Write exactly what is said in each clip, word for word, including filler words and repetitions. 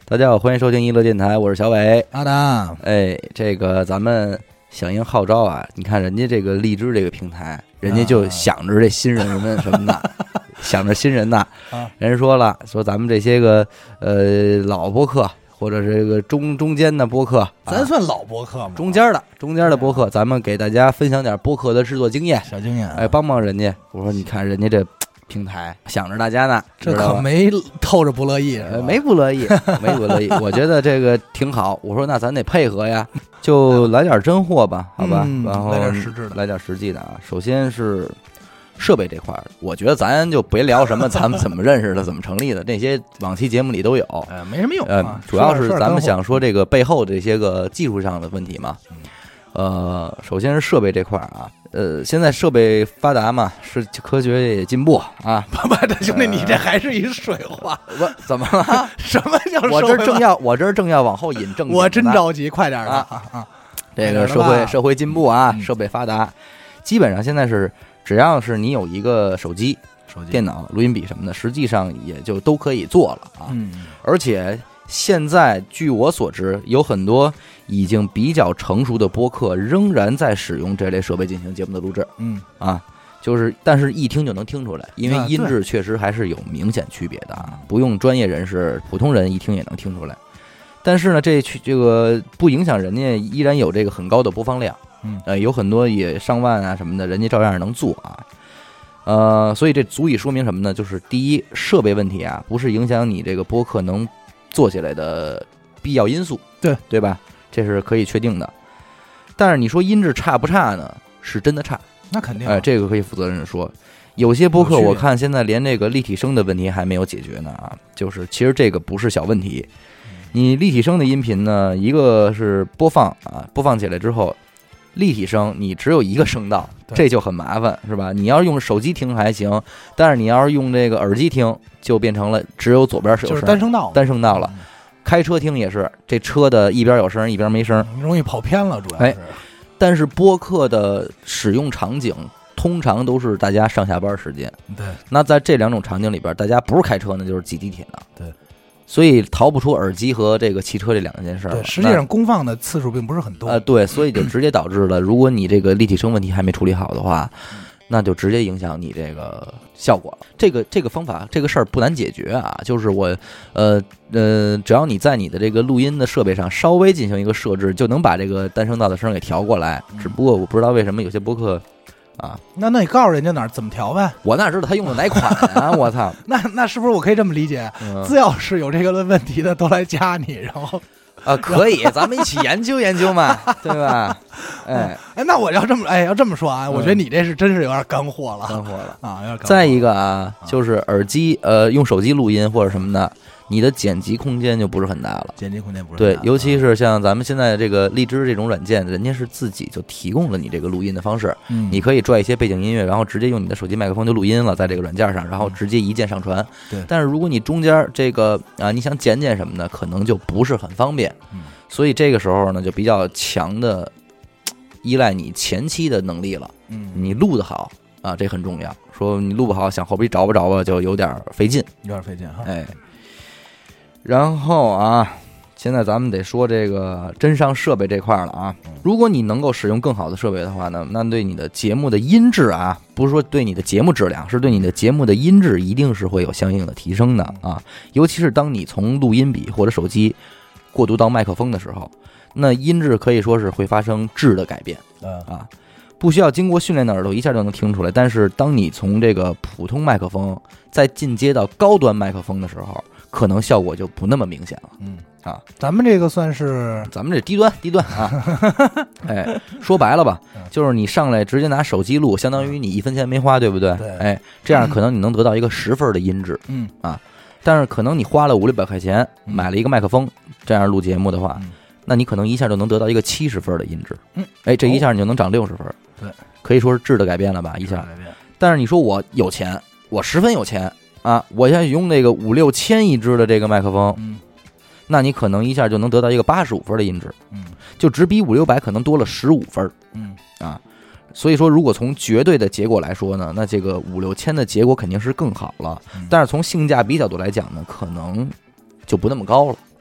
大家好，欢迎收听娱乐电台，我是小伟。 阿达， 哎，这个咱们响应号召啊，你看人家这个荔枝这个平台，人家就想着这新人们什么的，啊、想着新人呐。人说了，说咱们这些个呃老播客或者是这个中中间的播客， 咱算老播客吗？ 中间的中间的播客，咱们给大家分享点播客的制作经验， 小经验， 哎，帮帮人家。我说你看人家这平台想着大家呢， 这可没透着不乐意， 呃，没不乐意，没不乐意。我觉得这个挺好。我说那咱得配合呀，就来点真货吧，好吧？ 嗯、 然后来点实质的， 来点实际的啊。首先是设备这块儿，我觉得咱就别聊什么咱们怎么认识的、怎么成立的，那些往期节目里都有， 呃，没什么用。 呃， 啊、 主要是咱们想说这个背后的这些个技术上的问题嘛。 嗯、 呃，首先是设备这块儿啊。呃，现在设备发达嘛，是科学也进步啊。 不不，兄弟，你这还是一水话。 我怎么了？ 什么叫？ 我这正要，我这正要往后引正。 我真着急，快点啊啊！ 这个社会社会进步啊，设备发达，基本上现在是只要是你有一个手机、 手机、 电脑、录音笔什么的，实际上也就都可以做了啊。 嗯， 而且现在据我所知，有很多已经比较成熟的播客仍然在使用这类设备进行节目的录制。 嗯啊，就是但是一听就能听出来，因为音质确实还是有明显区别的啊，不用专业人士，普通人一听也能听出来。但是呢，这这个不影响人家依然有这个很高的播放量。 嗯， 呃，有很多也上万啊什么的，人家照样能做啊。呃，所以这足以说明什么呢？就是第一，设备问题啊，不是影响你这个播客能做起来的必要因素， 对对吧？这是可以确定的。但是你说音质差不差呢？是真的差， 那肯定。 哎、呃，这个可以负责任的说。有些播客我看现在连这个立体声的问题还没有解决呢啊，就是其实这个不是小问题。你立体声的音频呢，一个是播放啊，播放起来之后，立体声你只有一个声道，这就很麻烦，是吧？你要是用手机听还行，但是你要是用这个耳机听，就变成了只有左边是有声， 就是单声道， 单声道了。嗯、开车听也是，这车的一边有声，一边没声， 容易跑偏了，主要是。哎、 但是播客的使用场景通常都是大家上下班时间， 对。 那在这两种场景里边，大家不是开车呢，就是挤地铁呢， 对。 所以逃不出耳机和这个汽车这两件事儿。 对，实际上公放的次数并不是很多。 呃，对，所以就直接导致了，如果你这个立体声问题还没处理好的话，那就直接影响你这个效果了。这个这个方法，这个事儿不难解决啊，就是我呃呃，只要你在你的这个录音的设备上稍微进行一个设置，就能把这个单声道的声给调过来。只不过我不知道为什么有些播客。啊， 那那你告诉人家哪儿怎么调呗？ 我哪知道他用的哪款啊！我操， 那那是不是我可以这么理解？ 嗯、 只要是有这个问题的，都来加你，然后啊，可以，咱们一起研究研究嘛，对吧？哎哎，那我要这么哎要这么说啊， 嗯、 我觉得你这是真是有点干货了， 干货了啊！有点干货了。 再一个啊，就是耳机呃，用手机录音或者什么的。你的剪辑空间就不是很大了， 剪辑空间不是很大对，尤其是像咱们现在这个荔枝这种软件，人家是自己就提供了你这个录音的方式， 嗯， 你可以拽一些背景音乐，然后直接用你的手机麦克风就录音了，在这个软件上，然后直接一键上传。 对， 但是如果你中间这个啊，你想剪剪什么的，可能就不是很方便， 嗯， 所以这个时候呢，就比较强的依赖你前期的能力了， 嗯， 你录得好啊，这很重要。说你录不好，想后边找吧找吧，就有点费劲， 有点费劲哈， 哎。然后啊，现在咱们得说这个真上设备这块了啊。如果你能够使用更好的设备的话呢，那对你的节目的音质啊，不是说对你的节目质量，是对你的节目的音质一定是会有相应的提升的啊。尤其是当你从录音笔或者手机过渡到麦克风的时候，那音质可以说是会发生质的改变啊。不需要经过训练的耳朵一下就能听出来，但是当你从这个普通麦克风再进阶到高端麦克风的时候，可能效果就不那么明显了。 嗯啊， 咱们这个算是咱们这低端低端啊，哎，说白了吧，就是你上来直接拿手机录，相当于你一分钱没花，对不对？ 对， 哎，这样可能你能得到一个十分的音质。 嗯啊，但是可能你花了五六百块钱买了一个麦克风，这样录节目的话， 嗯、 那你可能一下就能得到一个七十分的音质。 嗯， 哎，这一下你就能涨六十分。 对， 可以说是质的改变了吧？一下。但是你说我有钱，我十分有钱啊！我现在用那个五六千一支的这个麦克风， 嗯， 那你可能一下就能得到一个八十五分的音质， 嗯， 就只比五六百可能多了十五分， 嗯啊，所以说如果从绝对的结果来说呢，那这个五六千的结果肯定是更好了， 嗯、 但是从性价比角度来讲呢，可能就不那么高了。 对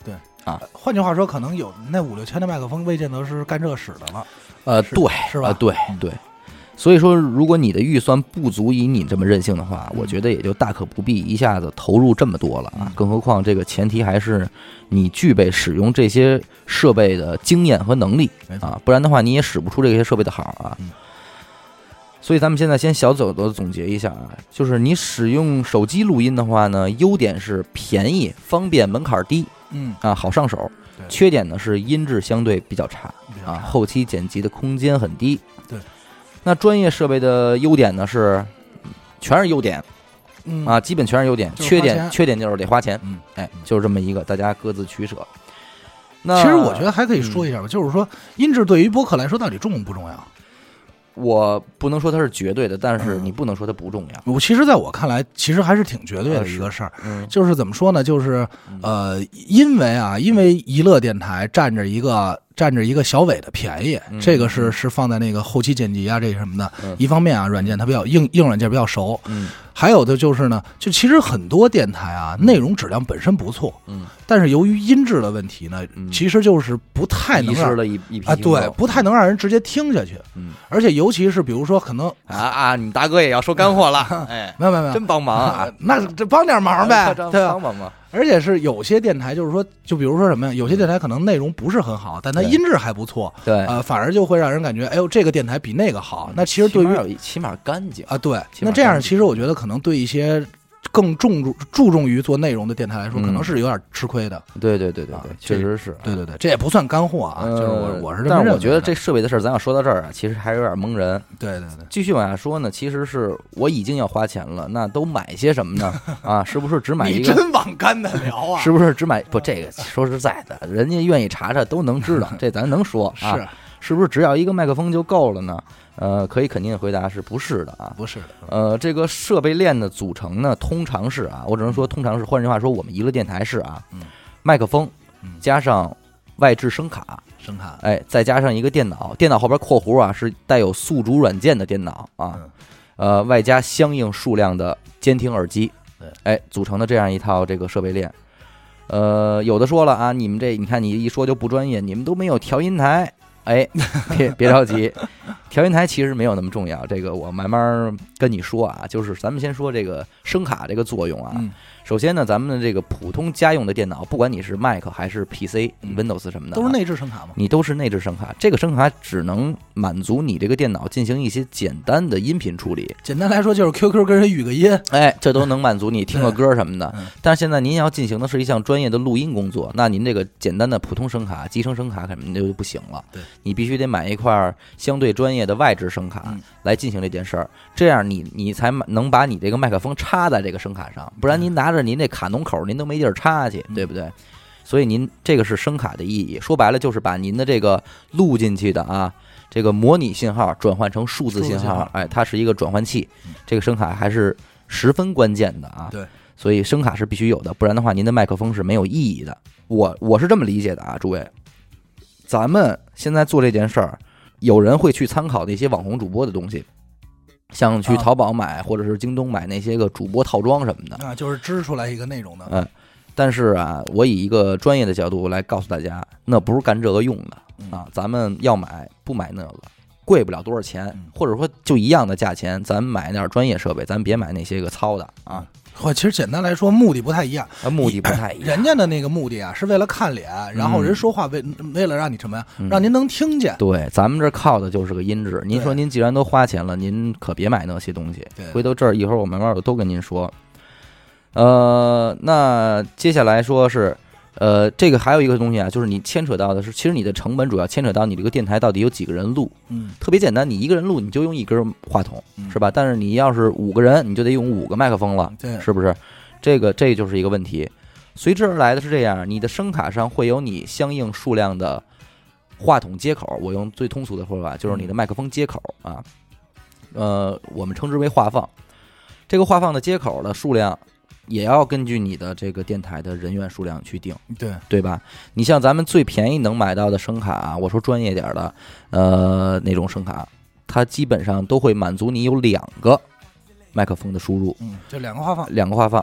啊。 换句话说，可能有那五六千的麦克风未见得是干这使的了。 呃， 是对， 是吧？ 呃、对对。所以说，如果你的预算不足以你这么任性的话，我觉得也就大可不必一下子投入这么多了啊。更何况这个前提还是你具备使用这些设备的经验和能力啊，不然的话你也使不出这些设备的好啊。所以咱们现在先小走的总结一下啊，就是你使用手机录音的话呢，优点是便宜、方便、门槛低， 嗯啊，好上手。缺点呢是音质相对比较差啊，后期剪辑的空间很低。 对。 那专业设备的优点呢是，全是优点， 嗯啊，基本全是优点。缺点缺点就是得花钱， 嗯， 哎，就是这么一个，大家各自取舍。那其实我觉得还可以说一下吧，嗯、就是说音质对于播客来说到底重不重要？ 我不能说它是绝对的，但是你不能说它不重要。 我、嗯、其实在我看来，其实还是挺绝对的一个事儿、 嗯， 就是怎么说呢？就是呃，因为啊，因为娱乐电台占着一个。占着一个小伟的便宜， 嗯、 这个是是放在那个后期剪辑啊，这什么的。 嗯、 一方面啊，软件它比较硬，硬软件比较熟。 嗯， 还有的就是呢，就其实很多电台啊，内容质量本身不错。 嗯， 但是由于音质的问题呢， 嗯、 其实就是不太能让了一一啊，对，不太能让人直接听下去。 嗯， 而且尤其是比如说可能啊啊，你大哥也要说干货了，哎， 没有没有没有， 真帮忙啊， 那这帮点忙呗，对吧？ 帮帮忙。 而且是有些电台，就是说，就比如说什么呀？有些电台可能内容不是很好，但它音质还不错， 对， 呃，反而就会让人感觉，哎呦，这个电台比那个好。那其实对于起码干净啊，对，那这样其实我觉得可能对一些更重注注重于做内容的电台来说，可能是有点吃亏的。 对对对对对，确实是。 对对对，这也不算干货啊，就是我我是这么认为的。 但是我觉得这设备的事儿，咱要说到这儿啊，其实还有点蒙人。 对对对， 继续往下说呢，其实是我已经要花钱了，那都买些什么呢？啊，是不是只买一个？ 你真往干的聊啊！ 是不是只买不？这个说实在的，人家愿意查查都能知道，这咱能说啊？ 是是不是只要一个麦克风就够了呢？呃，可以肯定的回答是不是的啊？ 不是的。 呃，这个设备链的组成呢，通常是啊，我只能说通常是，换句话说，我们娱乐电台是啊， 嗯、 麦克风加上外置声卡， 声卡， 哎，再加上一个电脑，电脑后边括弧啊是带有宿主软件的电脑啊， 嗯、 呃，外加相应数量的监听耳机， 对， 哎，组成的这样一套这个设备链。呃，有的说了啊，你们这你看你一说就不专业，你们都没有调音台。哎，别别着急，调音台其实没有那么重要。这个我慢慢跟你说啊，就是咱们先说这个声卡这个作用啊。 嗯、 首先呢，咱们的这个普通家用的电脑，不管你是 Mac 还是 P C、Windows 什么的， 都是内置声卡吗？ 你都是内置声卡。这个声卡只能满足你这个电脑进行一些简单的音频处理。 简单来说，就是 Q Q 跟人语个音， 哎，这都能满足你听个歌什么的。 嗯、 但是现在您要进行的是一项专业的录音工作，那您这个简单的普通声卡、机声声卡肯定就不行了。 对， 你必须得买一块相对专业的外置声卡来进行这件事儿，这样你你才能把你这个麦克风插在这个声卡上，不然您拿着您这卡农口，您都没地儿插去，对不对？所以您这个是声卡的意义，说白了就是把您的这个录进去的啊，这个模拟信号转换成数字信号，哎，它是一个转换器，这个声卡还是十分关键的啊。 对， 所以声卡是必须有的，不然的话您的麦克风是没有意义的。我我是这么理解的啊，诸位，咱们现在做这件事儿。有人会去参考那些网红主播的东西，像去淘宝买、啊、或者是京东买那些个主播套装什么的啊，就是支出来一个内容的。 嗯，但是啊，我以一个专业的角度来告诉大家，那不是干这个用的啊。咱们要买不买那个，贵不了多少钱，或者说就一样的价钱，咱买点专业设备，咱别买那些个糙的啊。 或其实简单来说，目的不太一样。 啊，目的不太一样。 人家的那个目的啊，是为了看脸，然后人说话为、嗯、为了让你什么呀，让您能听见。 对，咱们这靠的就是个音质。您说您既然都花钱了，您可别买那些东西。回头这儿一会儿我慢慢我都跟您说。呃，那接下来说是。呃，这个还有一个东西啊，就是你牵扯到的是，其实你的成本主要牵扯到你这个电台到底有几个人录。 嗯， 特别简单，你一个人录你就用一根话筒，是吧？但是你要是五个人，你就得用五个麦克风了， 对， 是不是？这个这就是一个问题。随之而来的是这样，你的声卡上会有你相应数量的话筒接口，我用最通俗的说法，就是你的麦克风接口啊。呃，我们称之为话放。这个话放的接口的数量。也要根据你的这个电台的人员数量去定， 对对吧？你像咱们最便宜能买到的声卡啊，我说专业点的，呃，那种声卡，它基本上都会满足你有两个麦克风的输入， 嗯，就两个话放， 两个话放，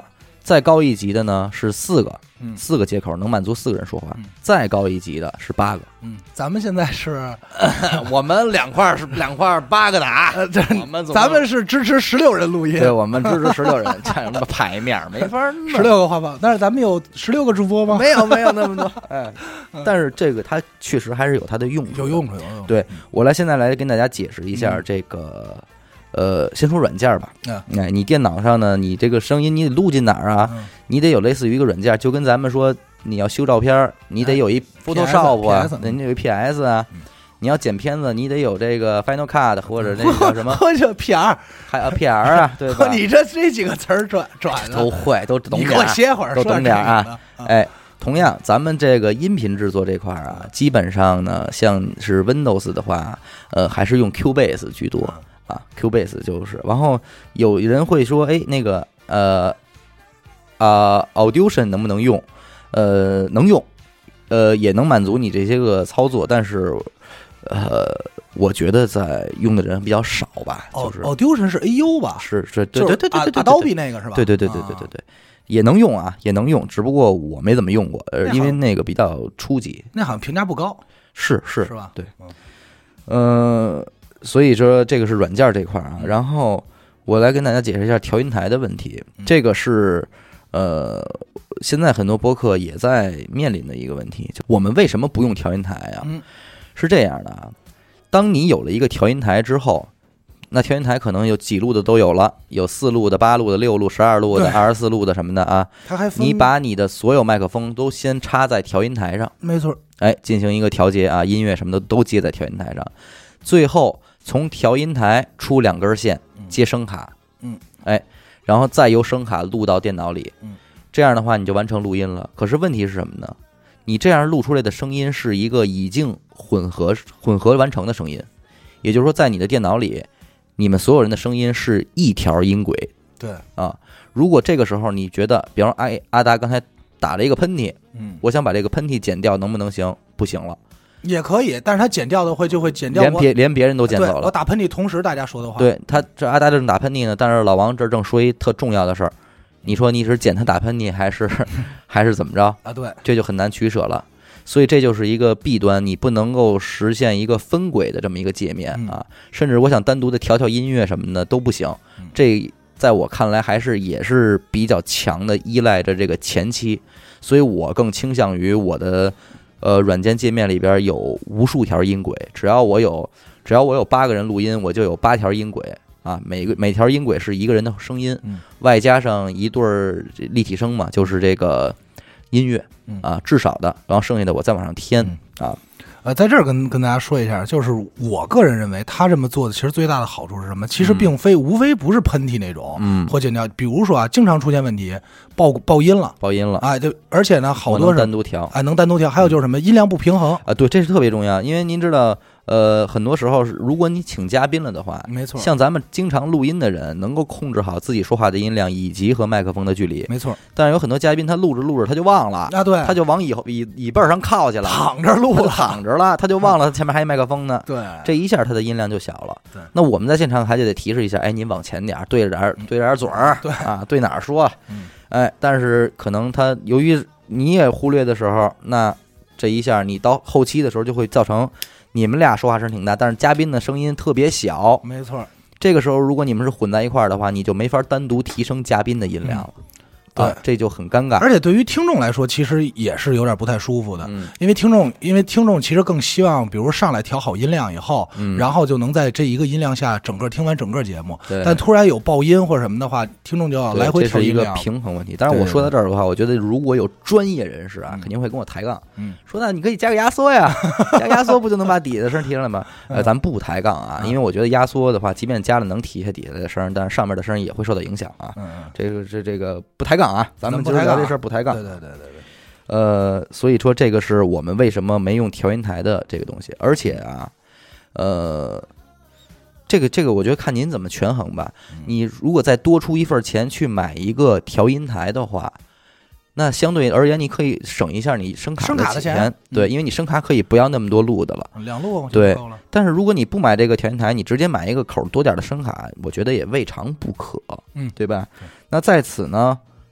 再高一级的呢是四个， 嗯， 四个接口能满足四个人说话， 嗯、 再高一级的是八个。 嗯，咱们现在是， 我们两块是两块八个打， 呃、这我们咱们是支持十六人录音， 对，我们支持十六人，这什么牌面没法弄， 十六个画报，但是咱们有十六个主播吗？ 没有，没有那么多。哎，但是这个它确实还是有它的用处， 有用处，有用处。 对，我来现在来跟大家解释一下这个。嗯呃，先说软件吧。 哎、 嗯，你电脑上呢，你这个声音你得录进哪儿啊？ 嗯、 你得有类似于一个软件，就跟咱们说你要修照片，你得有一 Photoshop 啊，你得有一 P S 啊。嗯、你要剪片子，你得有这个 Final Cut 或者那个叫什么？ 或者 P R， 还有 P R 啊，对吧？ 你这这几个词儿转转的都会，都懂点。 你给我歇会儿， 都懂点啊。 嗯、 哎，同样，咱们这个音频制作这块啊，基本上呢，像是 Windows 的话，呃，还是用 Cubase 居多。啊 ，Cubase 就是，然后有人会说，哎，那个呃啊 ，Audition 能不能用？呃，能用，呃，也能满足你这些个操作，但是呃，我觉得在用的人比较少吧。就是 Audition 是 A U 吧？ 是是，对对对对对 ，Adobe 那个是吧？ 对对对对对对对，也能用啊，也能用，只不过我没怎么用过，呃，因为那个比较初级， 那好像评价不高。 是是是吧？ 对，嗯。呃所以说这个是软件这块啊，然后我来跟大家解释一下调音台的问题。这个是呃，现在很多播客也在面临的一个问题，就我们为什么不用调音台啊？是这样的啊，当你有了一个调音台之后，那调音台可能有几路的都有了，有四路的、八路的、六路、十二路的、二十四路的什么的啊。 它还你把你的所有麦克风都先插在调音台上， 没错， 哎，进行一个调节啊，音乐什么的都接在调音台上，最后。从调音台出两根线接声卡， 嗯， 哎，然后再由声卡录到电脑里， 嗯， 这样的话你就完成录音了。可是问题是什么呢？你这样录出来的声音是一个已经混合混合完成的声音，也就是说，在你的电脑里，你们所有人的声音是一条音轨， 对啊。如果这个时候你觉得，比方说阿阿达刚才打了一个喷嚏， 嗯， 我想把这个喷嚏剪掉，能不能行？不行了。 也可以，但是他剪掉的会就会剪掉连别连别人都剪走了。 我打喷嚏同时大家说的话， 对他这阿达正打喷嚏呢，但是老王这正说一特重要的事儿，你说你是剪他打喷嚏还是还是怎么着啊？对， 这就很难取舍了。所以这就是一个弊端，你不能够实现一个分轨的这么一个界面啊， 嗯、 甚至我想单独的调调音乐什么的都不行。 嗯、 这在我看来还是也是比较强的依赖着这个前期，所以我更倾向于我的。呃，软件界面里边有无数条音轨，只要我有，只要我有八个人录音，我就有八条音轨啊。每个每条音轨是一个人的声音， 嗯、 外加上一对立体声嘛，就是这个音乐啊，至少的，然后剩下的我再往上添、 嗯、 啊。 呃，在这儿跟跟大家说一下，就是我个人认为他这么做的，其实最大的好处是什么？其实并非、嗯、无非不是喷嚏那种， 嗯， 或剪掉。比如说啊，经常出现问题，爆爆音了， 爆音了， 哎，就而且呢，好多是单独调， 哎，能单独调。还有就是什么，音量不平衡啊，对，这是特别重要，因为您知道。呃，很多时候，如果你请嘉宾了的话， 没错， 像咱们经常录音的人，能够控制好自己说话的音量以及和麦克风的距离， 没错。 但是有很多嘉宾，他录着录着他就忘了啊，对， 他就往椅椅椅背上靠去了， 躺着录了， 躺着了，他就忘了他前面还有麦克风呢。 对， 这一下他的音量就小了。 对， 那我们在现场还得提示一下，哎，您往前点，对着点，对着点嘴儿， 对啊，对哪儿说？ 嗯， 哎，但是可能他由于你也忽略的时候，那这一下你到后期的时候就会造成。你们俩说话声挺大，但是嘉宾的声音特别小。 没错， 这个时候如果你们是混在一块儿的话，你就没法单独提升嘉宾的音量了。 嗯对、 啊， 这就很尴尬。 而且对于听众来说，其实也是有点不太舒服的， 嗯、 因为听众，因为听众其实更希望，比如上来调好音量以后， 嗯、 然后就能在这一个音量下整个听完整个节目。 对。 但突然有爆音或者什么的话，听众就要来回调音量。 这是一个平衡问题。但是我说到这儿的话，我觉得如果有专业人士啊， 嗯、 肯定会跟我抬杠， 嗯， 说那你可以加个压缩呀，加个压缩不就能把底下的声提上来吗？呃，咱不抬杠啊，因为我觉得压缩的话，即便加了能提下底下的声，但是上面的声也会受到影响啊。 嗯， 这个这这个不抬杠啊，咱们今儿聊这事儿不抬杠。 对对对对对。 呃，所以说这个是我们为什么没用调音台的这个东西，而且啊，呃，这个这个我觉得看您怎么权衡吧。你如果再多出一份钱去买一个调音台的话，那相对而言你可以省一下你声卡声卡的钱，对，因为你声卡可以不要那么多路的了， 两路对够了。 但是如果你不买这个调音台，你直接买一个口多点的声卡，我觉得也未尝不可， 嗯， 对吧？那在此呢。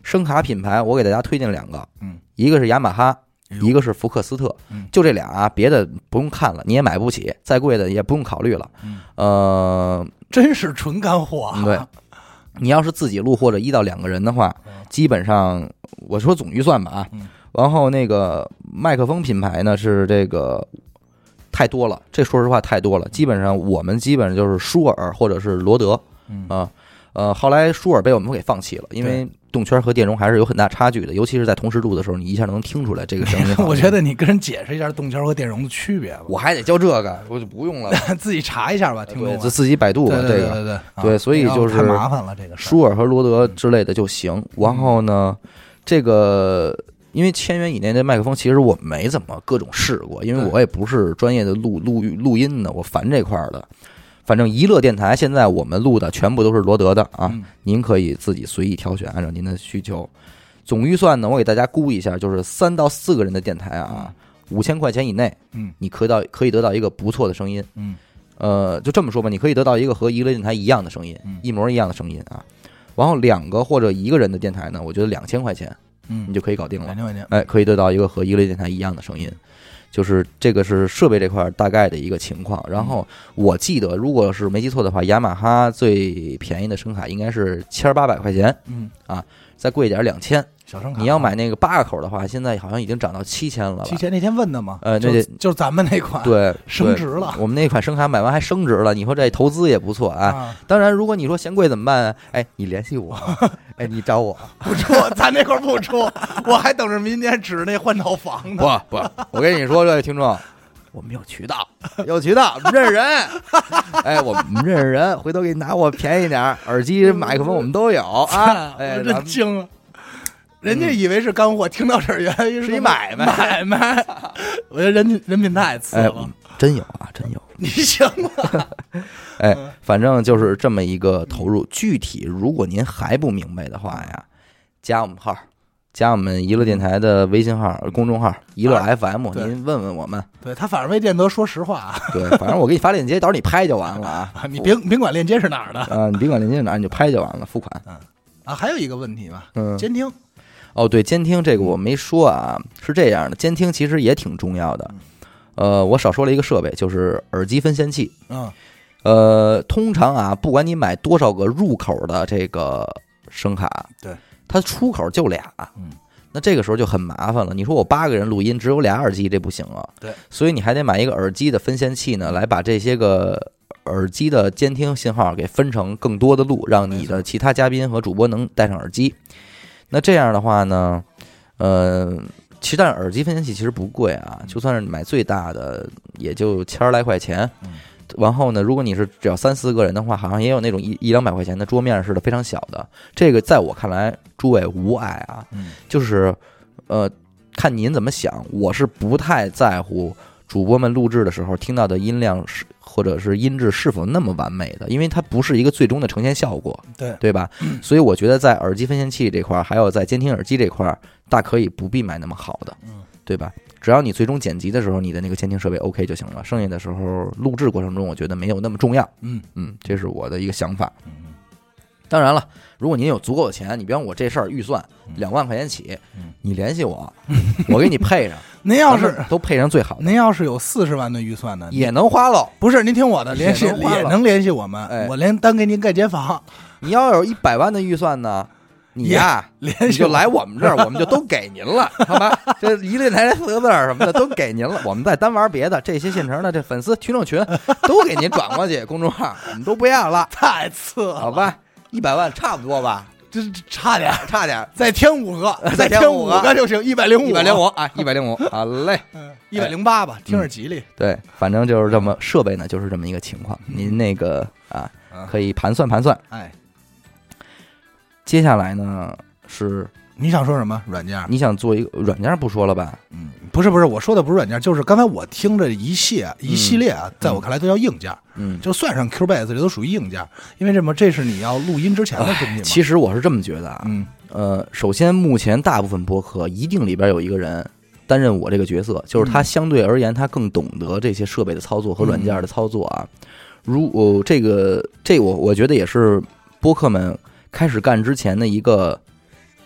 声卡品牌我给大家推荐两个， 嗯， 一个是雅马哈，一个是福克斯特， 嗯， 就这俩啊，别的不用看了，你也买不起，再贵的也不用考虑了。 嗯， 呃， 真是纯干货啊。 对，你要是自己录或者一到两个人的话，基本上我说总预算吧啊， 嗯， 然后那个麦克风品牌呢是这个太多了，这说实话太多了，基本上我们基本上就是舒尔或者是罗德， 嗯啊。呃，后来舒尔被我们给放弃了，因为动圈和电容还是有很大差距的，尤其是在同时录的时候，你一下能听出来这个声音。 我觉得你跟人解释一下动圈和电容的区别吧。 我还得教这个，我就不用了， 自己查一下吧，听众。 对，自己百度吧，这个对对对对，所以就是太麻烦了，这个舒尔和罗德之类的就行。然后呢，这个因为千元以内的麦克风，其实我没怎么各种试过，因为我也不是专业的录录录音的，我烦这块的。反正娱乐电台现在我们录的全部都是罗德的啊， 嗯， 您可以自己随意挑选，按照您的需求。总预算呢，我给大家估一下，就是三到四个人的电台啊，五千块钱以内， 嗯， 你可以到可以得到一个不错的声音， 嗯， 呃，就这么说吧，你可以得到一个和娱乐电台一样的声音， 嗯， 一模一样的声音啊。然后两个或者一个人的电台呢，我觉得两千块钱， 嗯， 你就可以搞定了， 两千块钱， 哎，可以得到一个和娱乐电台一样的声音。就是这个是设备这块大概的一个情况，然后我记得如果是没记错的话，雅马哈最便宜的声卡应该是千八百块钱， 嗯啊，再贵一点两千。 小声卡， 你要买那个八个口的话，现在好像已经涨到七千了吧？ 七千那天问的吗？ 呃， 那就就是咱们那款， 对， 升值了。 我们那款声卡买完还升值了，你说这投资也不错啊。 啊当然，如果你说嫌贵怎么办？哎，你联系我，哎，你找我不出，咱那块不出，我还等着明年指那换套房呢。 不不，我跟你说，各位听众。我们有渠道，有渠道，认识人。哎，我们认识人，回头给你拿我便宜点耳机、麦克风我们都有啊。哎， 真惊了，人家以为是干货，听到这儿原来是一买卖， 买卖。我觉得人人品太次了， 哎，真有啊，真有。 你行吗？ 哎，反正就是这么一个投入。具体如果您还不明白的话呀，加我们号。加我们娱乐电台的微信号、公众号“娱乐 F M”，、啊、您问问我们。 对他反正未见得说实话、啊。 对，反正我给你发链接，到时候你拍就完了啊。 你别甭管链接是哪儿的啊，你别管链接是哪儿，你就拍就完了，付款。 嗯啊，还有一个问题吧， 嗯， 监听。 哦，对，监听这个我没说啊，是这样的，监听其实也挺重要的。呃，我少说了一个设备，就是耳机分线器。 嗯， 呃，通常啊，不管你买多少个入口的这个声卡， 对， 它出口就俩。 嗯。 那这个时候就很麻烦了。你说我八个人录音，只有俩耳机，这不行啊。 对， 所以你还得买一个耳机的分线器呢，来把这些个耳机的监听信号给分成更多的路，让你的其他嘉宾和主播能戴上耳机。那这样的话呢，呃，其实但是耳机分线器其实不贵啊，就算是买最大的，也就千来块钱。 嗯。 然后呢，如果你是只要三四个人的话，好像也有那种一一两百块钱的桌面似的，非常小的。这个在我看来，诸位无碍啊， 嗯， 就是呃，看您怎么想。我是不太在乎主播们录制的时候听到的音量是或者是音质是否那么完美的，因为它不是一个最终的呈现效果， 对对吧？ 嗯、 所以我觉得在耳机分线器这块，还有在监听耳机这块，大可以不必买那么好的， 嗯， 对吧？只要你最终剪辑的时候，你的那个监听设备 OK 就行了，剩下的时候录制过程中，我觉得没有那么重要。 嗯嗯，这是我的一个想法。 嗯， 当然了，如果您有足够的钱，你比方我这事儿预算两万块钱起，你联系我，我给你配上。 您要是都配上最好的， 您要是有四十万的预算呢， 也能花喽。 不是，您听我的，联系也能也能联系我们， 哎、 我连单给您盖间房。 你要有一百万的预算呢？你呀， 联系你就来我们这儿，我们就都给您了，好吧？这一类台四个字什么的都给您了，我们再单玩别的，这些现成的这粉丝群众群都给您转过去，公众号我们都不要了， 太次了， 好吧？一百万差不多吧？ 这差点， 差点， 再添五个， 再添五个就行，一百零五， 一百零五啊，一百零五，好嘞， 一百零八吧，听着吉利。 对，反正就是这么设备呢，就是这么一个情况。您那个啊，可以盘算盘算。 哎， 接下来呢？是你想说什么软件？ 你想做一个软件不说了吧？ 嗯，不是不是，我说的不是软件，就是刚才我听着一系一系列啊，在我看来都叫硬件。 嗯， 就算上 Cubase 这都属于硬件，因为什么？这是你要录音之前的东西嘛。 其实我是这么觉得啊。 嗯， 呃，首先目前大部分播客一定里边有一个人担任我这个角色，就是他相对而言他更懂得这些设备的操作和软件的操作啊。如呃，这个这我我觉得也是播客们开始干之前的一个。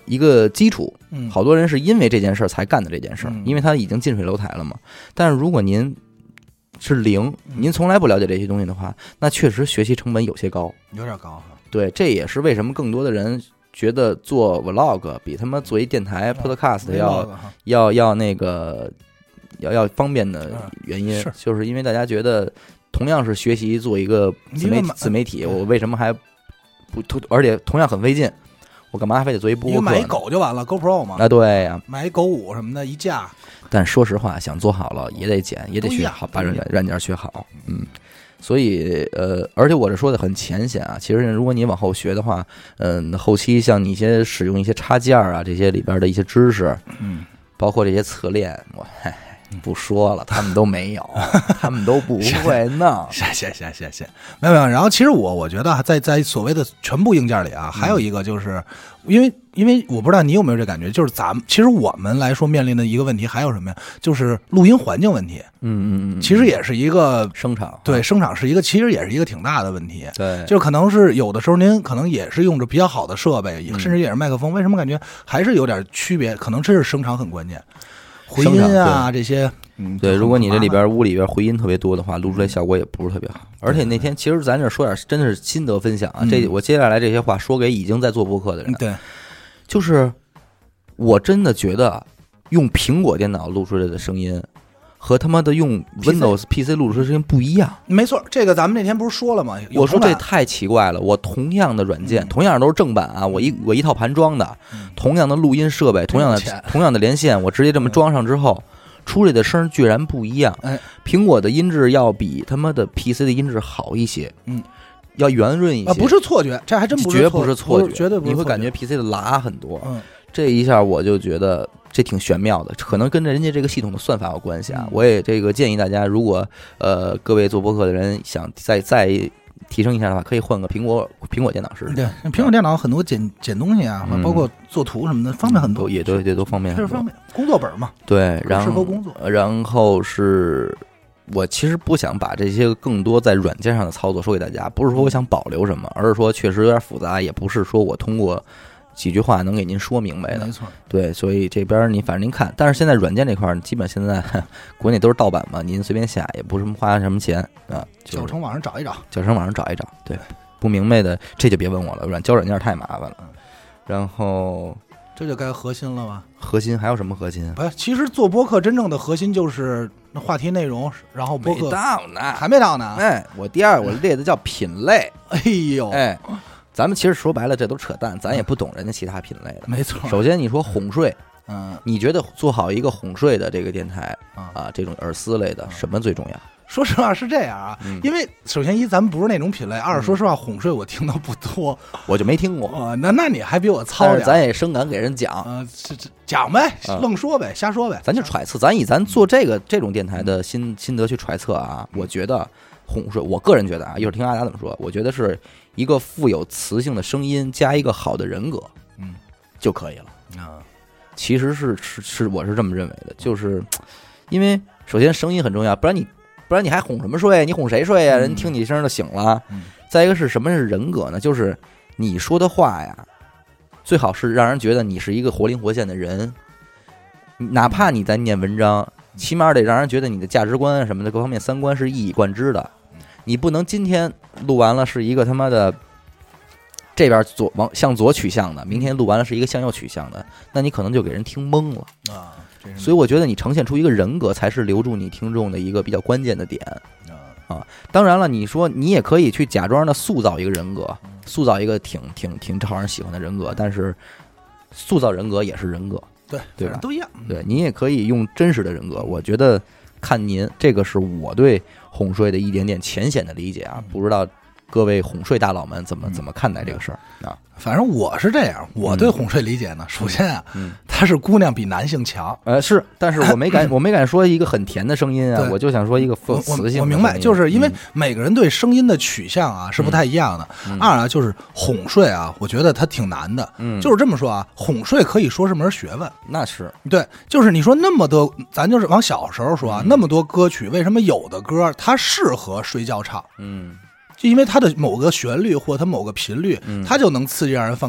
一个基础。 嗯， 好多人是因为这件事儿才干的这件事儿， 嗯因为他已经近水楼台了嘛。但是如果您是零，您从来不了解这些东西的话，那确实学习成本有些高， 有点高。 对，这也是为什么更多的人觉得做 vlog 比他妈做一电台 podcast 要要要那个要要方便的原因，就是因为大家觉得同样是学习做一个自媒自媒体，我为什么还不，而且同样很费劲。我干嘛还非得做一播客？ 你买一狗就完了 ，GoPro 嘛。 啊，对呀、啊， 买一狗五什么的，一架。 但说实话，想做好了也得剪，也得学好，把软软件学好。嗯，所以呃，而且我这说的很浅显啊。其实如果你往后学的话，嗯、呃，后期像你一些使用一些插件啊，这些里边的一些知识，嗯，包括这些侧链，我嗨。不说了，他们都没有，他们都不会弄。 行行行行行，没有没有。然后其实我我觉得在在所谓的全部硬件里啊，还有一个就是，因为因为我不知道你有没有这感觉，就是咱们其实我们来说面临的一个问题还有什么呀？就是录音环境问题。 嗯嗯嗯， 其实也是一个声场， 对，声场是一个其实也是一个挺大的问题。 对， 就可能是有的时候您可能也是用着比较好的设备，嗯、甚至也是麦克风，为什么感觉还是有点区别？可能真是声场很关键。回音啊，这些， 嗯，对，如果你这里边屋里边回音特别多的话，录出来效果也不是特别好。而且那天其实咱这说点真的是心得分享啊，这我接下来这些话说给已经在做播客的人， 对， 就是我真的觉得用苹果电脑录出来的声音和他妈的用 Windows P C 录出来的声音不一样。 没错，这个咱们那天不是说了吗？ 我说这太奇怪了，我同样的软件，同样都是正版啊，我一我一套盘装的，同样的录音设备，同样的同样的连线，我直接这么装上之后，出来的声居然不一样。 哎， 苹果的音质要比他妈的 P C 的音质好一些，嗯，要圆润一些。 啊，不是错觉，这还真不是， 绝不是错觉， 绝对不是。 你会感觉 P C 的拉很多。 嗯， 这一下我就觉得这挺玄妙的，可能跟着人家这个系统的算法有关系啊。我也这个建议大家，如果呃各位做播客的人想再再提升一下的话，可以换个苹果苹果电脑试试。 对，苹果电脑很多剪剪东西啊，包括做图什么的，方便很多， 也都也都方便很多， 是方便工作本嘛。 对，然后适合工作。 然后是我其实不想把这些更多在软件上的操作说给大家，不是说我想保留什么，而是说确实有点复杂，也不是说我通过几句话能给您说明白的， 没错。对， 所以这边您反正您看，但是现在软件这块基本现在国内都是盗版嘛，您随便下也不是花什么钱啊， 教程网上找一找， 教程网上找一找。对，不明白的这就别问我了，软教软件太麻烦了。然后这就该核心了吧？ 核心还有什么核心？ 不，其实做播客真正的核心就是话题内容，然后播客没到呢， 还没到呢。 哎，我第二我列的叫品类。 哎呦， 哎。咱们其实说白了，这都扯淡，咱也不懂人家其他品类的。 没错。 首先你说哄睡， 嗯， 你觉得做好一个哄睡的这个电台啊，这种耳丝类的，什么最重要？ 说实话是这样啊， 嗯、 因为首先一咱们不是那种品类，二说实话哄睡我听的不多， 我就没听过。 啊、呃，那那你还比我糙点， 咱也深敢给人讲， 呃，讲呗，愣说呗，瞎说呗， 咱就揣测，咱以咱做这个这种电台的心心得去揣测啊，我觉得哄睡，我个人觉得啊，一会儿听阿达怎么说，我觉得是一个富有磁性的声音加一个好的人格， 嗯， 就可以了啊。 其实是是是，我是这么认为的，就是因为首先声音很重要，不然你不然你还哄什么睡？你哄谁睡呀？人听你声就醒了。 嗯、 再一个是什么是人格呢？就是你说的话呀，最好是让人觉得你是一个活灵活现的人，哪怕你在念文章，起码得让人觉得你的价值观什么的各方面三观是一以贯之的。你不能今天录完了是一个他妈的这边左往向左取向的，明天录完了是一个向右取向的，那你可能就给人听懵了啊。 所以我觉得你呈现出一个人格才是留住你听众的一个比较关键的点啊。当然了，你说你也可以去假装的塑造一个人格，塑造一个挺挺挺讨人喜欢的人格，但是塑造人格也是人格， 对对吧？ 都一样。 对你也可以用真实的人格，我觉得看您，这个是我对哄睡的一点点浅显的理解啊，不知道各位哄睡大佬们怎么怎么看待这个事儿啊？ 反正我是这样，我对哄睡理解呢，首先啊， 嗯， 她是姑娘比男性强， 呃是，但是我没敢我没敢说一个很甜的声音啊，我就想说一个磁性。 我明白，就是因为每个人对声音的取向啊是不太一样的。二啊，就是哄睡啊，我觉得它挺难的， 嗯， 就是这么说啊，哄睡可以说是门学问， 那是对，就是你说那么多，咱就是往小时候说啊，那么多歌曲，为什么有的歌它适合睡觉唱？ 嗯。 就因为它的某个旋律或它某个频率，它就能刺激让人犯困。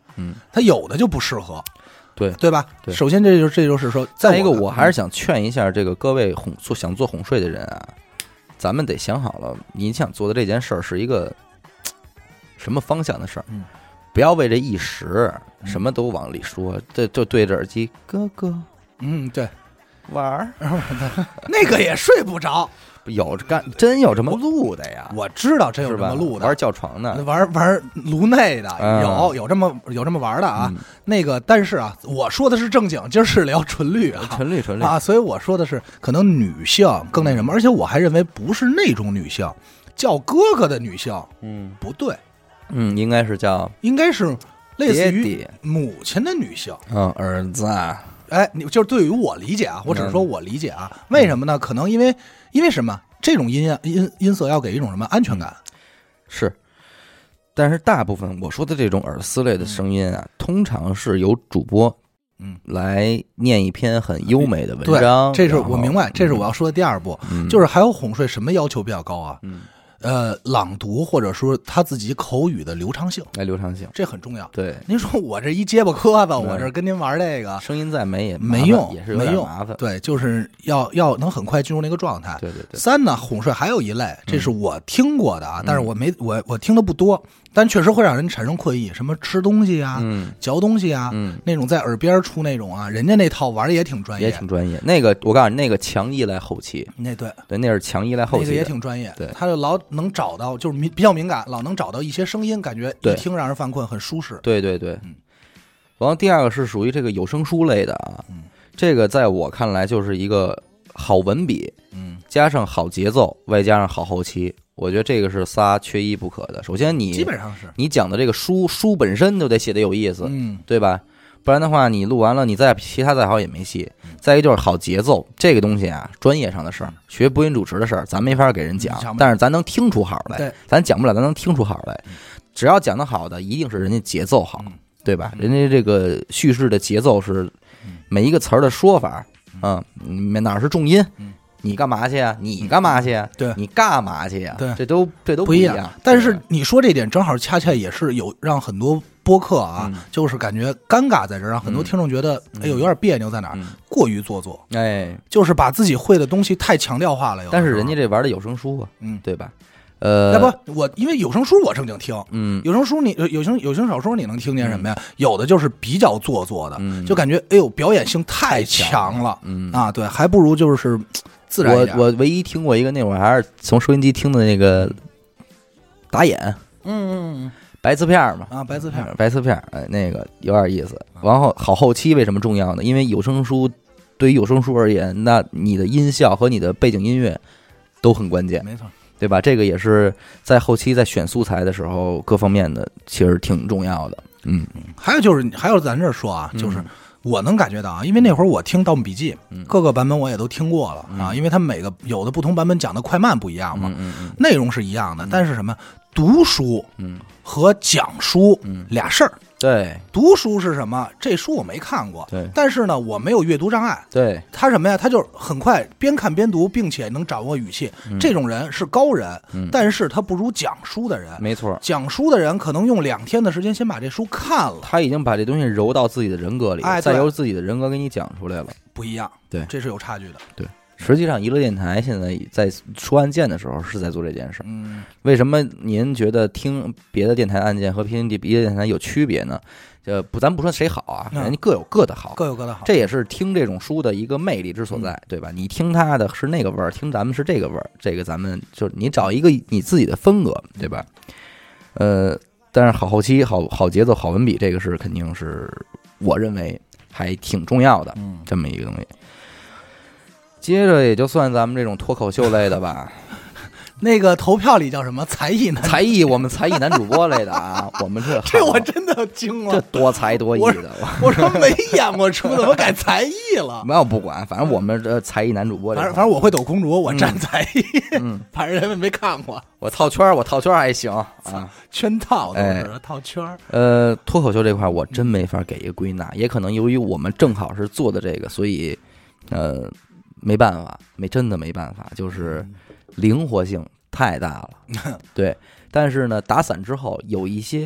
嗯， 它有的就不适合， 对对吧？ 对首先这就这就是说， 再一个， 我我还是想劝一下这个各位哄做想做哄睡的人啊，咱们得想好了，你想做的这件事儿是一个什么方向的事儿， 嗯， 不要为这一时什么都往里说，这就对着耳机哥哥嗯，对， 玩儿， 那个也睡不着。 有干真有这么录的呀？ 我知道真有是吧？ 这么录的， 玩叫床的， 玩玩颅内的， 嗯有有这么有这么玩的啊。 嗯那个，但是啊，我说的是正经，今儿是聊纯绿啊， 纯绿纯绿啊，所以我说的是可能女性更那什么，而且我还认为不是那种女性，叫哥哥的女性， 嗯不对， 嗯，应该是叫应该是类似于爹爹， 母亲的女性。 嗯，儿子啊， 哎，你就是对于我理解啊，我只是说我理解啊，为什么呢？可能因为因为什么？这种音音音色要给一种什么安全感？ 是。但是大部分我说的这种耳丝类的声音啊，通常是由主播嗯来念一篇很优美的文对， 章。 这是然后我明白，这是我要说的第二步， 嗯就是还有哄睡什么要求比较高啊？ 嗯， 呃，朗读或者说他自己口语的流畅性， 来流畅性， 这很重要。 对， 您说我这一结巴磕子，我这跟您玩这个声音再美也麻烦没用， 也是有没用， 点麻烦。 对，就是要要能很快进入那个状态。 对对对， 三呢，哄睡还有一类，这是我听过的啊，但是我没我我听的不多，但确实会让人产生困意，什么吃东西啊、 嗯嚼东西啊， 嗯， 那种在耳边出那种啊，人家那套玩的也挺专业， 也挺专业。那个我告诉你，那个强依赖后期， 那对。 对，那是强依赖后期的， 那个也挺专业， 对他就老能找到，就是敏比较敏感，老能找到一些声音，感觉对一听让人犯困，很舒适。 对对对。 嗯然后第二个是属于这个有声书类的啊， 嗯这个在我看来就是一个好文笔， 嗯， 加上好节奏，外加上好后期，我觉得这个是仨缺一不可的。首先你基本上是， 你讲的这个书书本身就得写得有意思， 嗯对吧？不然的话，你录完了，你再其他再好也没戏。再一个就是好节奏，这个东西啊，专业上的事儿，学播音主持的事儿，咱没法给人讲，但是咱能听出好来。 对， 咱讲不了，咱能听出好来。只要讲得好的，一定是人家节奏好，对吧？人家这个叙事的节奏是每一个词儿的说法，嗯，哪儿是重音？你干嘛去呀？你干嘛去呀？ 对， 你干嘛去呀？ 对， 这都这都不一样。 但是你说这点正好恰恰也是有让很多播客啊，就是感觉尴尬在这儿，让很多听众觉得，哎呦，有点别扭在哪儿？过于做作， 哎， 就是把自己会的东西太强调化了。 但是人家这玩的有声书啊， 嗯， 对吧？呃， 那不，我因为有声书我正经听， 嗯， 有声书你有声有声小说你能听见什么呀？有的就是比较做作的， 嗯就感觉哎呦表演性太强了， 嗯啊，对，还不如就是自然一点。 我我唯一听过一个，那会儿还是从收音机听的那个打眼， 嗯嗯嗯， 白瓷片嘛， 啊，白瓷片， 白瓷片，哎，那个有点意思。然后好后期为什么重要呢？因为有声书对于有声书而言，那你的音效和你的背景音乐都很关键， 没错。 对吧？这个也是在后期在选素材的时候，各方面的其实挺重要的。嗯， 还有就是，还有咱这儿说啊，就是我能感觉到啊，因为那会儿我听《盗墓笔记》，各个版本我也都听过了啊，因为它每个有的不同版本讲的快慢不一样嘛，内容是一样的，但是什么读书和讲书俩事儿。 对， 读书是什么？这书我没看过， 对， 但是呢，我没有阅读障碍。 对， 他什么呀？他就很快边看边读，并且能掌握语气。 嗯、 这种人是高人， 嗯、 但是他不如讲书的人。 没错， 讲书的人可能用两天的时间先把这书看了， 他已经把这东西揉到自己的人格里， 哎、 再由自己的人格给你讲出来了， 不一样。 对， 这是有差距的。 对。实际上，娱乐电台现在在出案件的时候是在做这件事。 嗯， 为什么您觉得听别的电台案件和听别的电台有区别呢？呃，不，咱不说谁好啊，人家各有各的好， 各有各的好。 这也是听这种书的一个魅力之所在，对吧？你听他的是那个味儿，听咱们是这个味儿，这个咱们就你找一个你自己的风格，对吧？呃，但是好后期、好好节奏、好文笔，这个是肯定是我认为还挺重要的，这么一个东西。接着也就算咱们这种脱口秀类的吧， 那个投票里叫什么才艺男？ 才艺，我们才艺男主播类的啊，我们这这我真的惊了， 这多才多艺的。 我, 我说没演过出，怎么改才艺了？ 没有不管，反正我们这才艺男主播， 反正反正我会抖公主，我站才艺， 嗯， 反正人们没看过。 我套圈，我套圈还行啊， 圈套都是、 哎、 套圈。 呃，脱口秀这块我真没法给一个归纳，也可能由于我们正好是做的这个，所以呃。没办法，没真的没办法，就是灵活性太大了。对，但是呢，打散之后有一些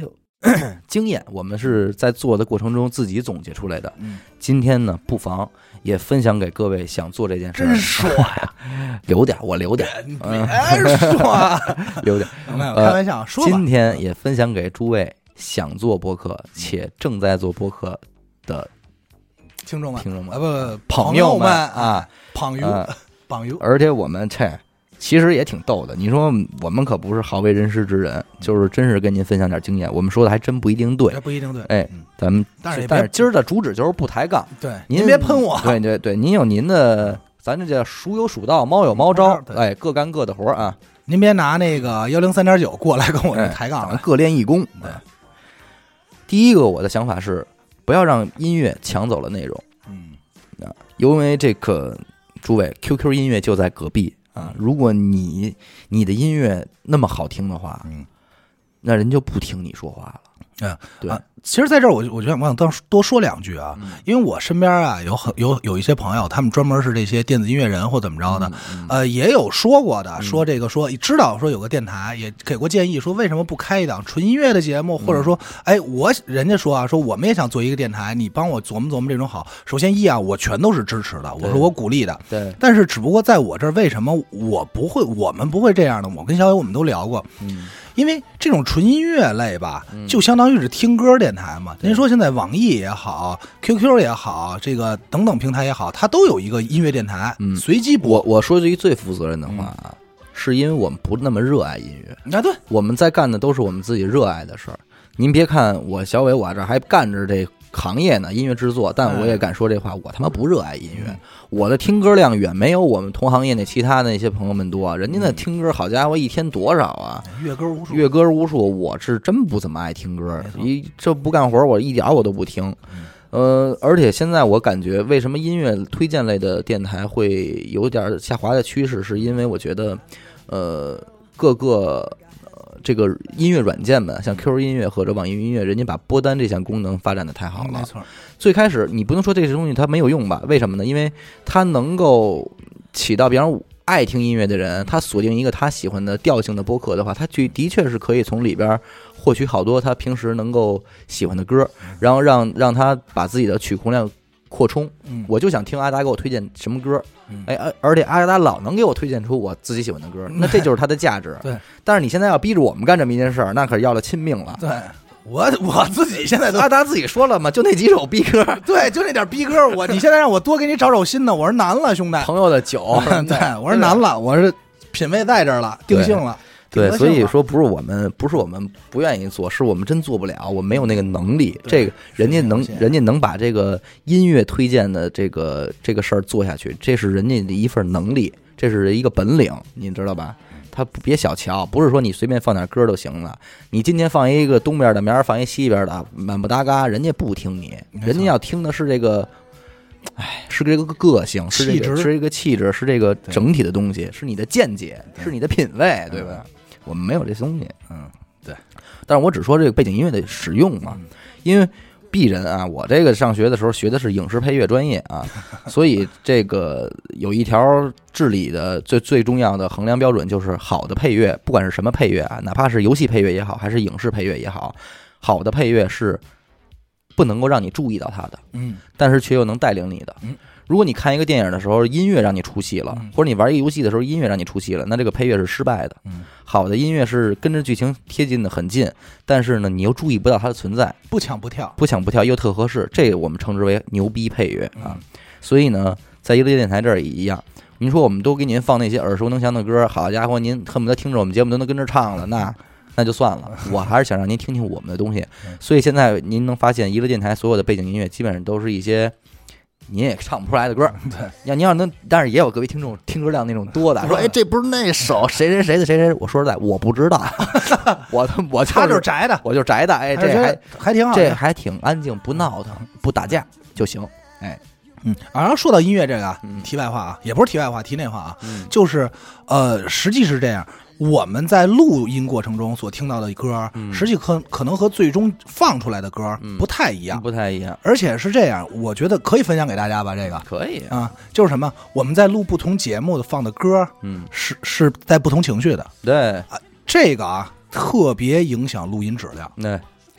经验，我们是在做的过程中自己总结出来的。 嗯， 今天呢，不妨也分享给各位想做这件事。 真说呀， 留点，我留点， 嗯，别说啊， 留点， 没有开玩笑，说吧。 今天也分享给诸位想做播客且正在做播客的听众们， 听众们啊不， 朋友们啊， 朋友， 啊朋友， 而且我们这其实也挺逗的。你说我们可不是好为人师之人，就是真是跟您分享点经验。我们说的还真不一定对， 不一定对。 哎，咱们但是但是今儿的主旨就是不抬杠。 对， 您别喷我。 对对对，您有您的，咱这叫鼠有鼠道，猫有猫招，哎，各干各的活啊。 您别拿那个幺零三点九过来跟我这抬杠了， 各练一功。 对， 第一个我的想法是，不要让音乐抢走了内容。 嗯啊，因为这个诸位 Q Q 音乐就在隔壁啊，如果你你的音乐那么好听的话， 嗯， 那人就不听你说话了。 嗯， 对。 啊其实，在这儿我我觉得我想多多说两句啊， 嗯、 因为我身边啊有很有有一些朋友，他们专门是这些电子音乐人或怎么着的， 嗯嗯、 呃，也有说过的， 嗯、 说这个说知道说有个电台也给过建议，说为什么不开一档纯音乐的节目， 嗯、 或者说，哎，我人家说啊，说我们也想做一个电台，你帮我琢磨琢磨这种好。首先一啊，我全都是支持的，我说我鼓励的， 对。 但是只不过在我这儿，为什么我不会，我们不会这样的？我跟小伟我们都聊过， 嗯。 因为这种纯音乐类吧，就相当于是听歌电台嘛。您、嗯、说现在网易也好 ，Q Q 也好，这个等等平台也好，它都有一个音乐电台， 嗯， 随机播。 我我说句最负责任的话啊，嗯、是因为我们不那么热爱音乐。 啊，对， 我们在干的都是我们自己热爱的事儿。您别看我小伟，我这还干着这行业呢，音乐制作，但我也敢说这话，我他妈不热爱音乐。嗯、我的听歌量远没有我们同行业那其他的那些朋友们多，人家那听歌，好家伙，一天多少啊？ 乐歌无数， 乐歌无数。我是真不怎么爱听歌，一这不干活，我一点我都不听。呃，而且现在我感觉，为什么音乐推荐类的电台会有点下滑的趋势，是因为我觉得，呃，各个。这个音乐软件们，像 Q Q 音乐或者网易云音乐，人家把播单这项功能发展的太好了。 没错， 最开始你不能说这些东西它没有用吧？为什么呢？因为它能够起到，比方爱听音乐的人，他锁定一个他喜欢的调性的播客的话，他去的确是可以从里边获取好多他平时能够喜欢的歌，然后让让他把自己的曲库量扩充。 嗯， 我就想听阿达给我推荐什么歌。哎，而且阿达老能给我推荐出我自己喜欢的歌，那这就是他的价值。 对， 但是你现在要逼着我们干这么一件事儿，那可是要了亲命了。 对，我我自己现在都阿达自己说了嘛，就那几首逼歌， 对，就那点逼歌。我你现在让我多给你找首新的，我说难了，兄弟。 朋友的酒， 对，我说难了，我是品味在这儿了，定性了。 对，所以说不是我们，不是我们不愿意做，是我们真做不了，我们没有那个能力。这个人家能，人家能把这个音乐推荐的这个这个事儿做下去，这是人家的一份能力，这是一个本领，你知道吧？他别小瞧，不是说你随便放点歌就行了。你今天放一个东边的，明儿放一西边的，满不搭嘎，人家不听你，人家要听的是这个。哎，是这个个性，是这个，是这个气质，是这个整体的东西，是你的见解，是你的品味，对吧？我们没有这东西， 嗯，对。 但是我只说这个背景音乐的使用嘛，因为鄙人啊，我这个上学的时候学的是影视配乐专业啊，所以这个有一条治理的最最重要的衡量标准就是好的配乐，不管是什么配乐啊，哪怕是游戏配乐也好，还是影视配乐也好，好的配乐是不能够让你注意到它的， 嗯， 但是却又能带领你的， 嗯。 如果你看一个电影的时候，音乐让你出戏了， 嗯、 或者你玩一个游戏的时候，音乐让你出戏了，那这个配乐是失败的。 嗯， 好的音乐是跟着剧情贴近的很近，但是呢，你又注意不到它的存在， 不抢不跳， 不抢不跳又特合适，这个我们称之为牛逼配乐啊。 嗯、 所以呢，在娱乐电台这儿也一样，您说我们都给您放那些耳熟能详的歌，好家伙，您恨不得听着我们节目都能跟着唱了，那。那就算了，我还是想让您听听我们的东西。所以现在您能发现，娱乐电台所有的背景音乐基本上都是一些您也唱不出来的歌。 对， 要您要能，但是也有各位听众听歌量那种多的，说哎，这不是那首谁谁谁的谁谁。我说实在，我不知道，我我他就是宅的， 我就宅的。哎，这还还挺好， 这还挺安静，不闹腾，不打架就行。哎。 嗯，然后说到音乐这个啊，题外话啊，也不是题外话，题内话啊， 嗯、 就是呃，实际是这样，我们在录音过程中所听到的歌， 嗯、 实际可可能和最终放出来的歌不太一样， 嗯、不太一样， 而且是这样，我觉得可以分享给大家吧，这个可以啊，就是什么，我们在录不同节目的放的歌， 嗯， 是是带不同情绪的， 对啊，这个啊特别影响录音质量， 对。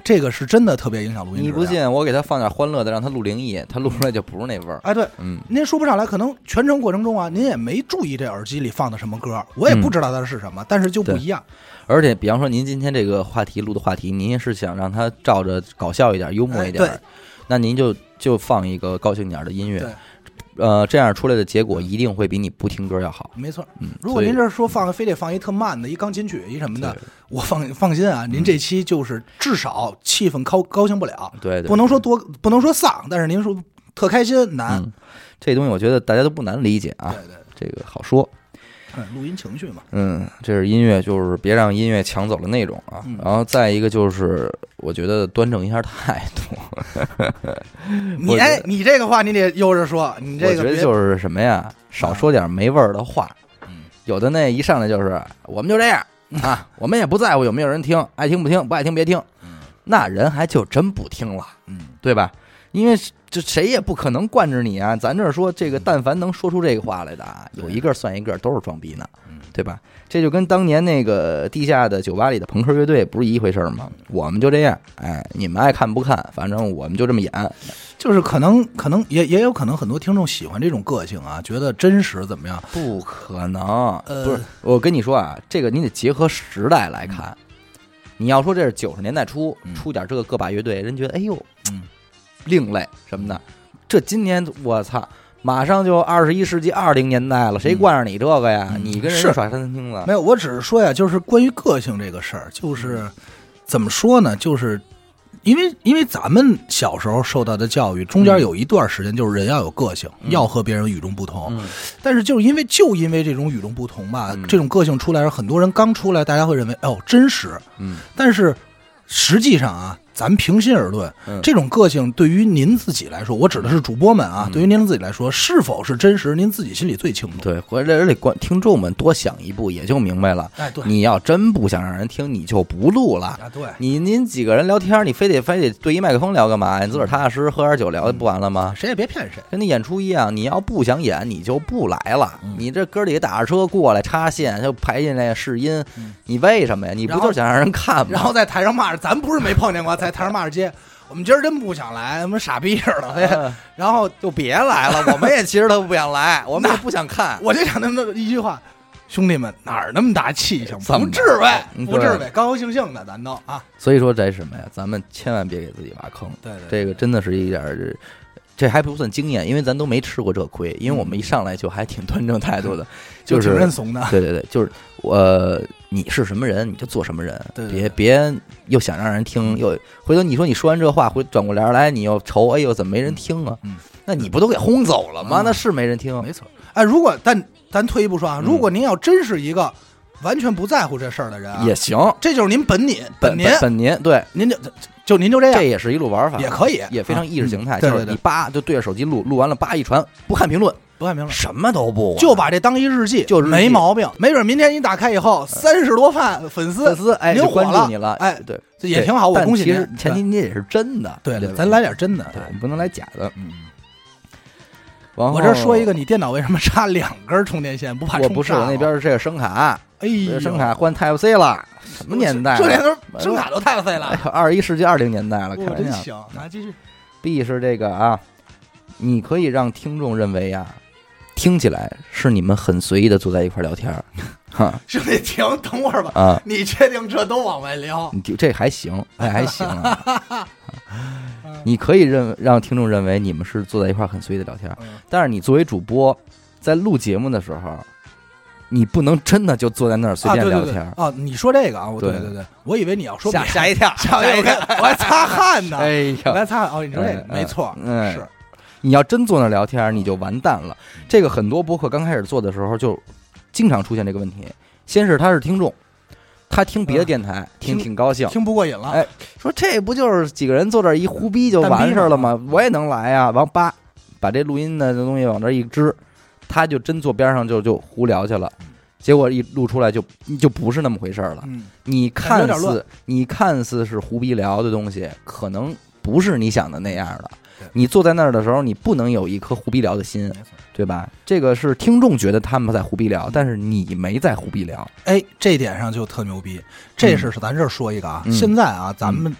这个是真的特别影响录音质量。 你不信，我给他放点欢乐的，让他录灵异，他录出来就不是那味儿。 哎，对， 嗯， 您说不上来，可能全程过程中啊，您也没注意这耳机里放的什么歌，我也不知道它是什么，嗯、但是就不一样。 而且，比方说您今天这个话题录的话题，您是想让他照着搞笑一点、幽默一点， 哎、 那您就就放一个高兴点的音乐。 对。 呃，这样出来的结果一定会比你不听歌要好。 没错， 嗯， 如果您这说放非得放一特慢的一钢琴曲一什么的，我放放心啊，您这期就是至少气氛高高兴不了， 对对， 不能说多不能说丧，但是您说特开心难、 嗯。这东西我觉得大家都不难理解啊， 对对， 这个好说。 嗯，录音情绪嘛， 嗯，这是音乐，就是别让音乐抢走了那种啊。 嗯、 然后再一个就是，我觉得端正一下态度。 你哎，你这个话你得悠着说，你这个我觉得就是什么呀，少说点没味儿的话。 嗯， 有的那一上来就是我们就这样啊，我们也不在乎有没有人听，爱听不听，不爱听别听。 嗯， 那人还就真不听了， 嗯， 对吧？因为这谁也不可能惯着你啊！咱这说这个，但凡能说出这个话来的啊，有一个算一个，都是装逼呢，对吧？这就跟当年那个地下的酒吧里的朋克乐队不是一回事吗？我们就这样，哎，你们爱看不看，反正我们就这么演。 就是可能，可能也也有可能很多听众喜欢这种个性啊，觉得真实怎么样？ 不可能， 呃， 不是，我跟你说啊，这个你得结合时代来看。嗯、你要说这是九十年代初出点这个个把乐队，人觉得哎呦，嗯。另类什么的，这今年我操，马上就二十一世纪二零年代了，谁惯上你这个呀？ 嗯、 你跟人家耍三厅子？ 没有，我只是说呀，就是关于个性这个事儿，就是怎么说呢？就是因为因为咱们小时候受到的教育，中间有一段时间就是人要有个性，嗯、要和别人与众不同。嗯、但是就是因为就因为这种与众不同吧，嗯、这种个性出来，很多人刚出来，大家会认为哦真实。嗯，但是实际上啊。咱平心而论， 嗯、 这种个性对于您自己来说，我指的是主播们啊，嗯、对于您自己来说，是否是真实，您自己心里最清楚。 对，或者而且观听众们多想一步，也就明白了。 哎，对， 你要真不想让人听，你就不录了。 啊，对， 你您几个人聊天，你非得非得对一麦克风聊干嘛呀？你自个儿踏踏实实喝点酒聊不完了吗？ 谁也别骗谁， 跟你演出一样，你要不想演，你就不来了。 嗯、 你这哥几个打着车过来插线，就排进来试音，嗯、你为什么呀？你不就是想让人看吗？ 然后在台上骂着，咱不是没碰见过，在台上骂着街。我们今儿真不想来，我们傻逼似的， 嗯、 然后就别来了。我们也其实都不想来，我们也不想看。 我就想那么一句话，兄弟们哪儿那么大气性？不至于， 不至于，高高兴兴的，咱都啊。 所以说这是什么呀？咱们千万别给自己挖坑。 对 对, 对， 这个真的是一点儿，这还不算经验，因为咱都没吃过这亏。因为我们一上来就还挺端正态度的，就是挺认怂的。 对对对，就是我。你是什么人，你就做什么人， 对对对， 别别又想让人听，又回头你说你说完这话，回转过脸来，你又愁，哎呦，怎么没人听啊？ 嗯， 那你不都给轰走了吗？嗯、那是没人听， 没错。哎，如果但咱退一步说啊，如果您要真是一个完全不在乎这事儿的人、啊， 也行， 这就是您本您本您本您对， 您就就您就这样， 这也是一路玩法， 也可以， 也非常意识形态， 啊嗯、对对对， 就是你叭就对着手机录，录完了叭一传，不看评论。 不看评论， 什么都不， 就把这当一日记， 就是没毛病。没准明天你打开以后，三十多万粉丝， 粉丝哎， 您火了， 你了， 哎， 对， 这也挺好，我恭喜您。 其实前提你也是真的， 对对，咱来点真的， 对，你不能来假的。 嗯， 我这说一个，你电脑为什么插两根充电线？不怕我不是，我那边是这个声卡， 哎呦， 声卡换 Type C 了，什么年代？ 这年头声卡都 Type C 了， 二十一世纪二零年代了，开玩笑。 行，那继续。 B 是这个啊，你可以让听众认为呀。听起来是你们很随意的坐在一块聊天儿，哈， 兄弟停，等会儿吧啊！ 你确定这都往外聊？ 你这还行，哎还行啊！你可以认让听众认为你们是坐在一块很随意的聊天，但是你作为主播，在录节目的时候，你不能真的就坐在那儿随便聊天啊！你说这个啊，对对对，我以为你要说吓吓一跳， 吓一跳，我还擦汗呢， 哎呀， 我还擦汗哦！你说这个没错， 嗯是。 你要真坐那聊天，你就完蛋了。这个很多播客刚开始做的时候，就经常出现这个问题。先是他是听众，他听别的电台，听挺高兴， 听不过瘾了。 哎，说这不就是几个人坐这一胡逼就完事了吗？我也能来呀！完叭，把这录音的东西往这一支，他就真坐边上就就胡聊去了。结果一录出来就就不是那么回事了。你看似你看似是胡逼聊的东西，可能不是你想的那样的。你坐在那儿的时候，你不能有一颗胡逼聊的心，对吧？这个是听众觉得他们在胡逼聊，但是你没在胡逼聊。 哎，这点上就特牛逼。这是咱这儿说一个啊， 嗯、 现在啊，咱们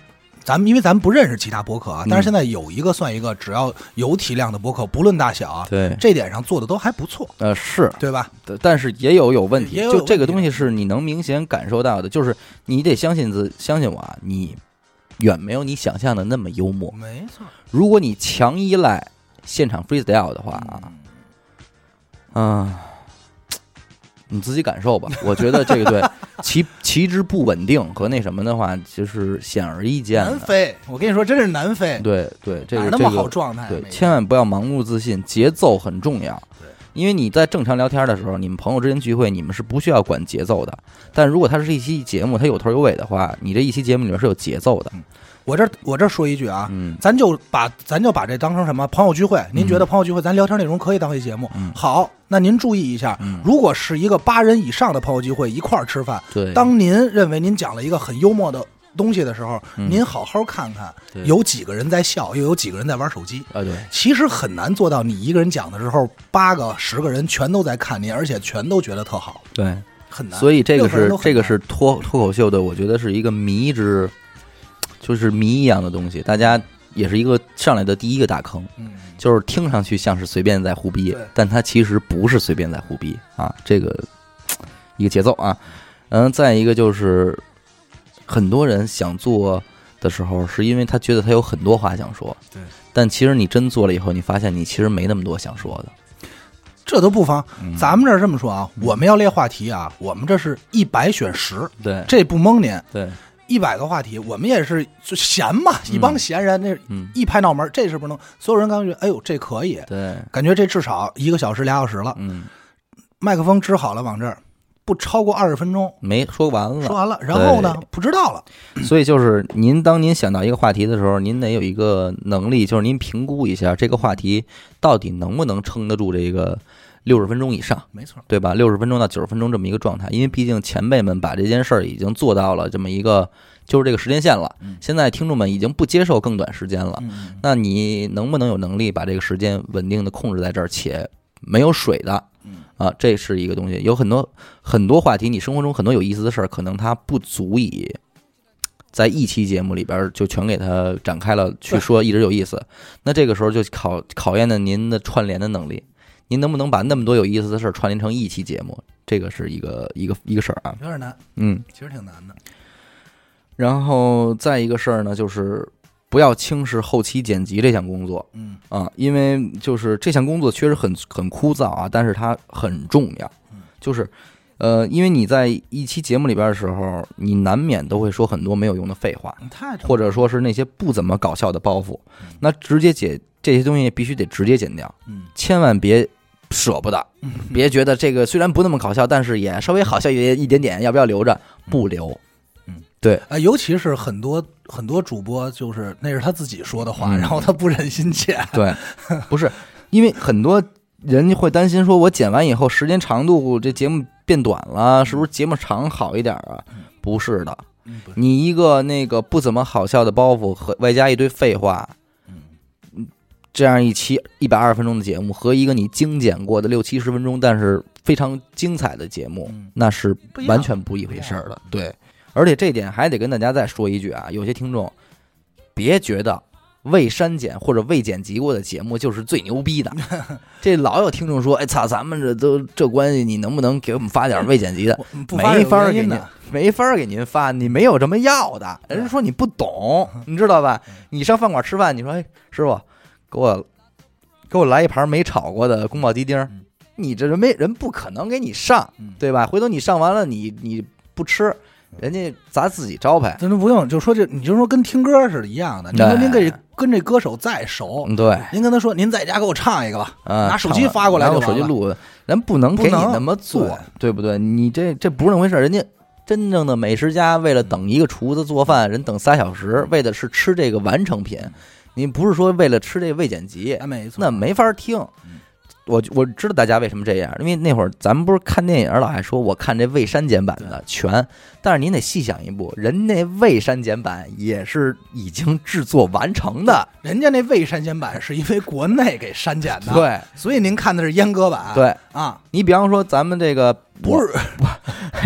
咱们因为咱们不认识其他播客啊，但是现在有一个算一个，只要有体量的播客，不论大小啊， 对这点上做的都还不错， 呃，是对吧？ 但是也有有问题， 也有有就这个东西是你能明显感受到的，就是你得相信自相信我啊，你远没有你想象的那么幽默。 没错， 如果你强依赖现场 freestyle 的话啊，嗯。你自己感受吧，我觉得这个对其其之不稳定和那什么的话，就是显而易见的。 难飞，我跟你说，真是难飞。 对对，这个哪那么好状态？ 对，千万不要盲目自信，节奏很重要。 对， 因为你在正常聊天的时候，你们朋友之间聚会，你们是不需要管节奏的。但如果它是一期节目，它有头有尾的话，你这一期节目里面是有节奏的。 嗯我这我这说一句啊， 嗯， 咱就把咱就把这当成什么朋友聚会？您觉得朋友聚会，咱聊天内容可以当一节目？ 嗯， 好，那您注意一下， 嗯， 如果是一个八人以上的朋友聚会一块儿吃饭， 对， 当您认为您讲了一个很幽默的东西的时候， 嗯， 您好好看看，有几个人在笑，又有几个人在玩手机啊？对， 其实很难做到你一个人讲的时候，八个十个人全都在看您，而且全都觉得特好， 对， 很难。 所以这个是这个是是脱脱口秀的，我觉得是一个迷之。就是谜一样的东西，大家也是一个上来的第一个大坑， 嗯， 就是听上去像是随便在胡逼，但它其实不是随便在胡逼啊，这个一个节奏啊，嗯，再一个就是很多人想做的时候，是因为他觉得他有很多话想说， 对， 但其实你真做了以后，你发现你其实没那么多想说的。 这都不妨， 嗯， 咱们这儿这么说啊，我们要列话题啊，我们这是一百选十， 对， 这不蒙您， 对。 一百个话题，我们也是就闲嘛，一帮闲人，那一拍脑门，这是不能。所有人刚觉得，哎呦，这可以， 对， 感觉这至少一个小时、俩小时了。 嗯， 麦克风支好了，往这儿不超过二十分钟， 没说完了， 说完了，然后呢，不知道了。 所以就是您当您想到一个话题的时候，您得有一个能力，就是您评估一下这个话题到底能不能撑得住这个。六十分钟以上， 没错， 对吧？六十分钟到九十分钟这么一个状态，因为毕竟前辈们把这件事儿已经做到了这么一个，就是这个时间线了。 嗯， 现在听众们已经不接受更短时间了。 嗯， 那你能不能有能力把这个时间稳定的控制在这儿，且没有水的？ 嗯啊，这是一个东西。有很多很多话题，你生活中很多有意思的事儿，可能它不足以在一期节目里边就全给它展开了去说，一直有意思。那这个时候就考考验了您的串联的能力。您能不能把那么多有意思的事儿串联成一期节目？这个是一个一个一个事儿啊， 有点难， 嗯， 其实挺难的。 然后再一个事儿呢，就是不要轻视后期剪辑这项工作， 嗯啊，因为就是这项工作确实很很枯燥啊，但是它很重要，就是呃，因为你在一期节目里边的时候，你难免都会说很多没有用的废话，或者说是那些不怎么搞笑的包袱，那直接剪这些东西必须得直接剪掉， 嗯， 千万别。舍不得，别觉得这个虽然不那么搞笑，但是也稍微好笑一一点点，要不要留着？不留。 嗯， 对， 啊，尤其是很多很多主播，就是那是他自己说的话， 嗯、 然后他不忍心剪。 对，不是，因为很多人会担心说，我剪完以后时间长度这节目变短了，是不是节目长好一点啊？不是的，你一个那个不怎么好笑的包袱和外加一堆废话。这样一期一百二十分钟的节目和一个你精简过的六七十分钟，但是非常精彩的节目，那是完全不一回事的。对，而且这点还得跟大家再说一句啊，有些听众别觉得未删减或者未剪辑过的节目就是最牛逼的。这老有听众说：“哎操，咱们这都这关系，你能不能给我们发点未剪辑的？”没法给您，没法给您发，你没有这么要的。人家说你不懂，你知道吧？你上饭馆吃饭，你说：“哎，师傅。”给我，给我来一盘没炒过的宫保鸡丁，嗯、你这人没人不可能给你上，嗯、对吧？回头你上完了，你你不吃，人家砸自己招牌。 真的不用，就说这，你就说跟听歌是一样的。您说您跟跟这歌手再熟， 对， 您跟他说，您在家给我唱一个吧， 啊、 拿手机发过来就完了， 拿手机录，人不能给你那么做，对, 对不对？你这这不是那回事，人家。真正的美食家为了等一个厨子做饭，人等仨小时，为的是吃这个完成品。你不是说为了吃这个未剪辑， 没错， 那没法听。我我知道大家为什么这样，因为那会儿咱们不是看电影老还说我看这未删减版的全，但是您得细想一步，人那未删减版也是已经制作完成的， 人家那未删减版是因为国内给删减的， 对， 所以您看的是阉割版， 对啊。 你比方说咱们这个不是， 哎呦，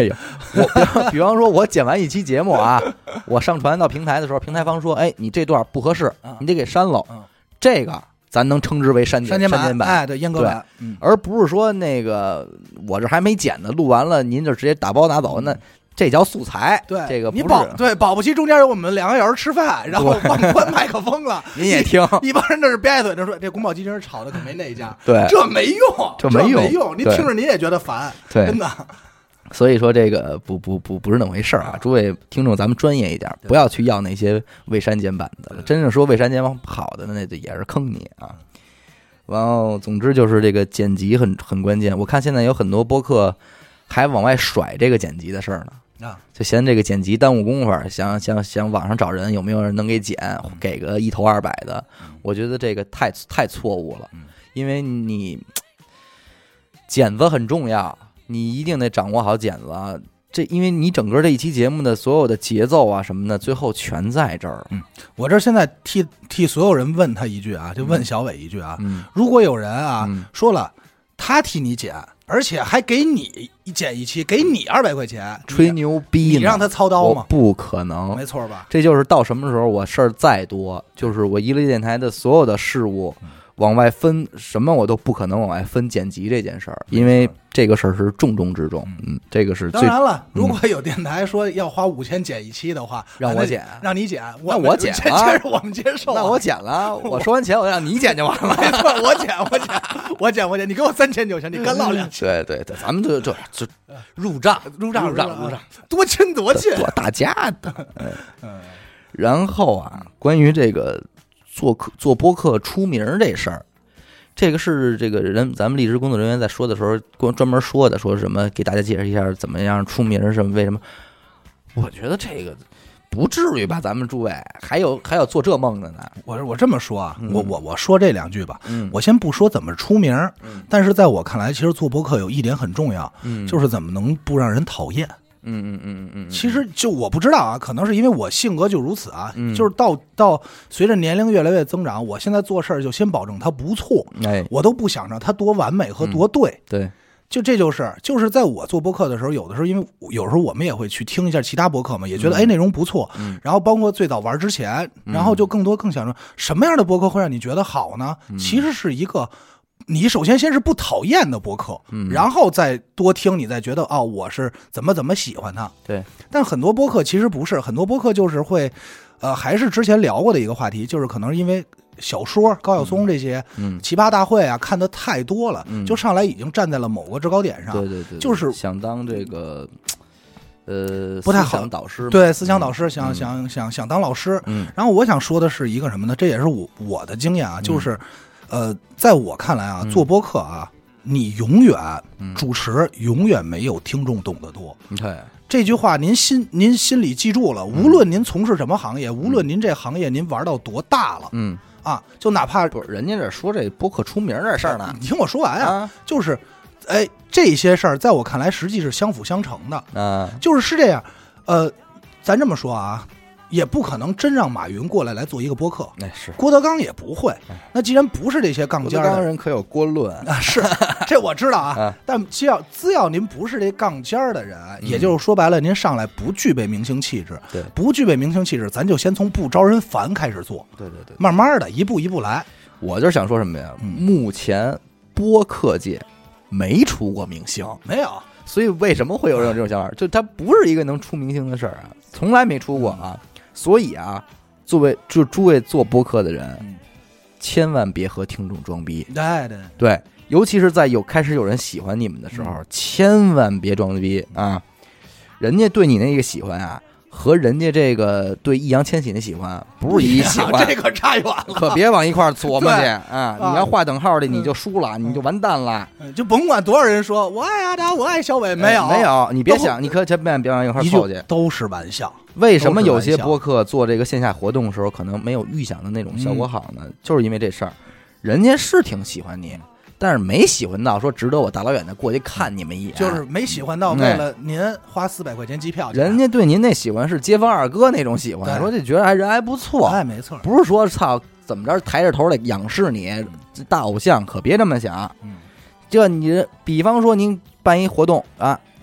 我比方比方说，我剪完一期节目啊，我上传到平台的时候，平台方说，哎，你这段不合适，你得给删了。 嗯， 这个咱能称之为删减删减版， 哎，对，阉割版，嗯， 而不是说那个我这还没剪呢，录完了您就直接打包拿走，那这叫素材。 对， 这个不是你保对保不齐中间有我们两个小时吃饭，然后忘关麦克风了， 您也听， 一帮人那是吧嘴着说这宫保鸡丁炒的可没那一家， 对， 这没用， 这没用， 没用，您听着您也觉得烦， 对， 真的。 所以说这个不不不不是那么回事啊！诸位听众，咱们专业一点，不要去要那些未删减版的。真正说未删减版好的，那就也是坑你啊。然后，总之就是这个剪辑很很关键。我看现在有很多播客还往外甩这个剪辑的事儿呢，啊，就嫌这个剪辑耽误功夫，想想想网上找人有没有人能给剪，给个一头二百的。我觉得这个太太错误了，因为你剪子很重要，你一定得掌握好剪子。这因为你整个这一期节目的所有的节奏啊什么的，最后全在这儿。 嗯，我这现在替替所有人问他一句啊，就问小伟一句啊， 嗯， 如果有人啊、 嗯、 说了他替你剪，而且还给你剪一期，给你二百块钱， 吹牛逼， 你让他操刀吗？ 不可能， 没错吧？ 这就是到什么时候我事儿再多，就是我一乐电台的所有的事务。往外分什么我都不可能往外分剪辑这件事儿，因为这个事儿是重中之重。嗯，这个是最当然了。如果有电台说要花五千剪一期的话， 让我剪， 让你剪， 那我剪了，这是我们接受、啊。 那我剪了，我收完钱我让你剪就完了。 没错，我剪，我剪，我剪，我剪，你给我三千就行，你干唠两千。 对对对，咱们就就就入账， 入账， 入账，入账， 多亲多亲， 多大家的。嗯，然后啊，关于这个做客做播客出名这事儿。这个是这个人，咱们荔枝工作人员在说的时候，光专门说的，说什么给大家解释一下怎么样出名，什么为什么？我觉得这个不至于吧，咱们诸位还有还有做这梦的呢。 我我这么说啊， 嗯、 我我我说这两句吧， 嗯， 我先不说怎么出名， 嗯， 但是在我看来，其实做播客有一点很重要， 嗯， 就是怎么能不让人讨厌。 嗯嗯嗯嗯， 其实就我不知道啊，可能是因为我性格就如此啊， 嗯、 就是到到随着年龄越来越增长，我现在做事儿就先保证它不错， 哎， 我都不想着它多完美和多对， 嗯、对， 就这就是就是在我做播客的时候，有的时候因为有时候我们也会去听一下其他播客嘛，也觉得、嗯、哎内容不错， 嗯， 然后包括最早玩之前，然后就更多更想说什么样的播客会让你觉得好呢？ 嗯、 其实是一个。你首先先是不讨厌的播客， 嗯， 然后再多听，你再觉得哦，我是怎么怎么喜欢它。 对， 但很多播客其实不是，很多播客就是会，呃，还是之前聊过的一个话题，就是可能是因为小说高晓松这些， 嗯， 奇葩大会啊，看的太多了， 嗯， 就上来已经站在了某个制高点上。 对对 对, 对， 就是想当这个。呃， 不太好， 思想导师对思想导师， 嗯、 想想想想当老师。 嗯， 然后我想说的是一个什么呢？这也是我我的经验啊，就是。嗯呃，在我看来啊，做播客啊，嗯、你永远、嗯、主持永远没有听众懂得多。 对， 这句话您心您心里记住了。无论您从事什么行业，嗯、无论您这行业您玩到多大了， 嗯啊，就哪怕不是人家这说这播客出名这事儿呢， 你听我说完啊， 啊就是，哎，这些事儿在我看来实际是相辅相成的。 啊， 就是是这样，呃，咱这么说啊。也不可能真让马云过来来做一个播客， 那、哎、是郭德纲也不会。那既然不是这些杠尖的， 郭德纲人可有郭论啊，是这我知道啊。 啊但只要只要您不是这杠尖的人，嗯、也就是说白了，您上来不具备明星气质， 对， 不具备明星气质，咱就先从不招人烦开始做， 对对对， 慢慢的一步一步来。 我就是想说什么呀？嗯、目前播客界没出过明星， 没有， 所以为什么会有人有这种想法？就他不是一个能出明星的事儿啊，从来没出过啊。嗯所以啊，作为就诸位做播客的人， 嗯、 千万别和听众装逼。 对对对，尤其是在有开始有人喜欢你们的时候，嗯、千万别装逼啊！人家对你那个喜欢啊，和人家这个对易烊千玺的喜欢不是一喜欢， 这可差远了， 可别往一块儿琢磨去啊！你要画等号的，你就输了，嗯、你就完蛋了。 就甭管多少人说我爱阿达，我爱小伟，没有、 哎、没有，你别想，你可千万别往一块儿凑去， 都是玩笑。 为什么有些播客做这个线下活动的时候，可能没有预想的那种效果好呢？嗯、就是因为这事儿，人家是挺喜欢你，但是没喜欢到说值得我大老远的过去看你们一眼， 就是没喜欢到为了您花四百块钱机票。 人家对您那喜欢是街坊二哥那种喜欢，说这觉得还人还不错， 哎，没错， 不是说操怎么着抬着头来仰视你，大偶像可别这么想。 嗯， 这你比方说您办一活动啊。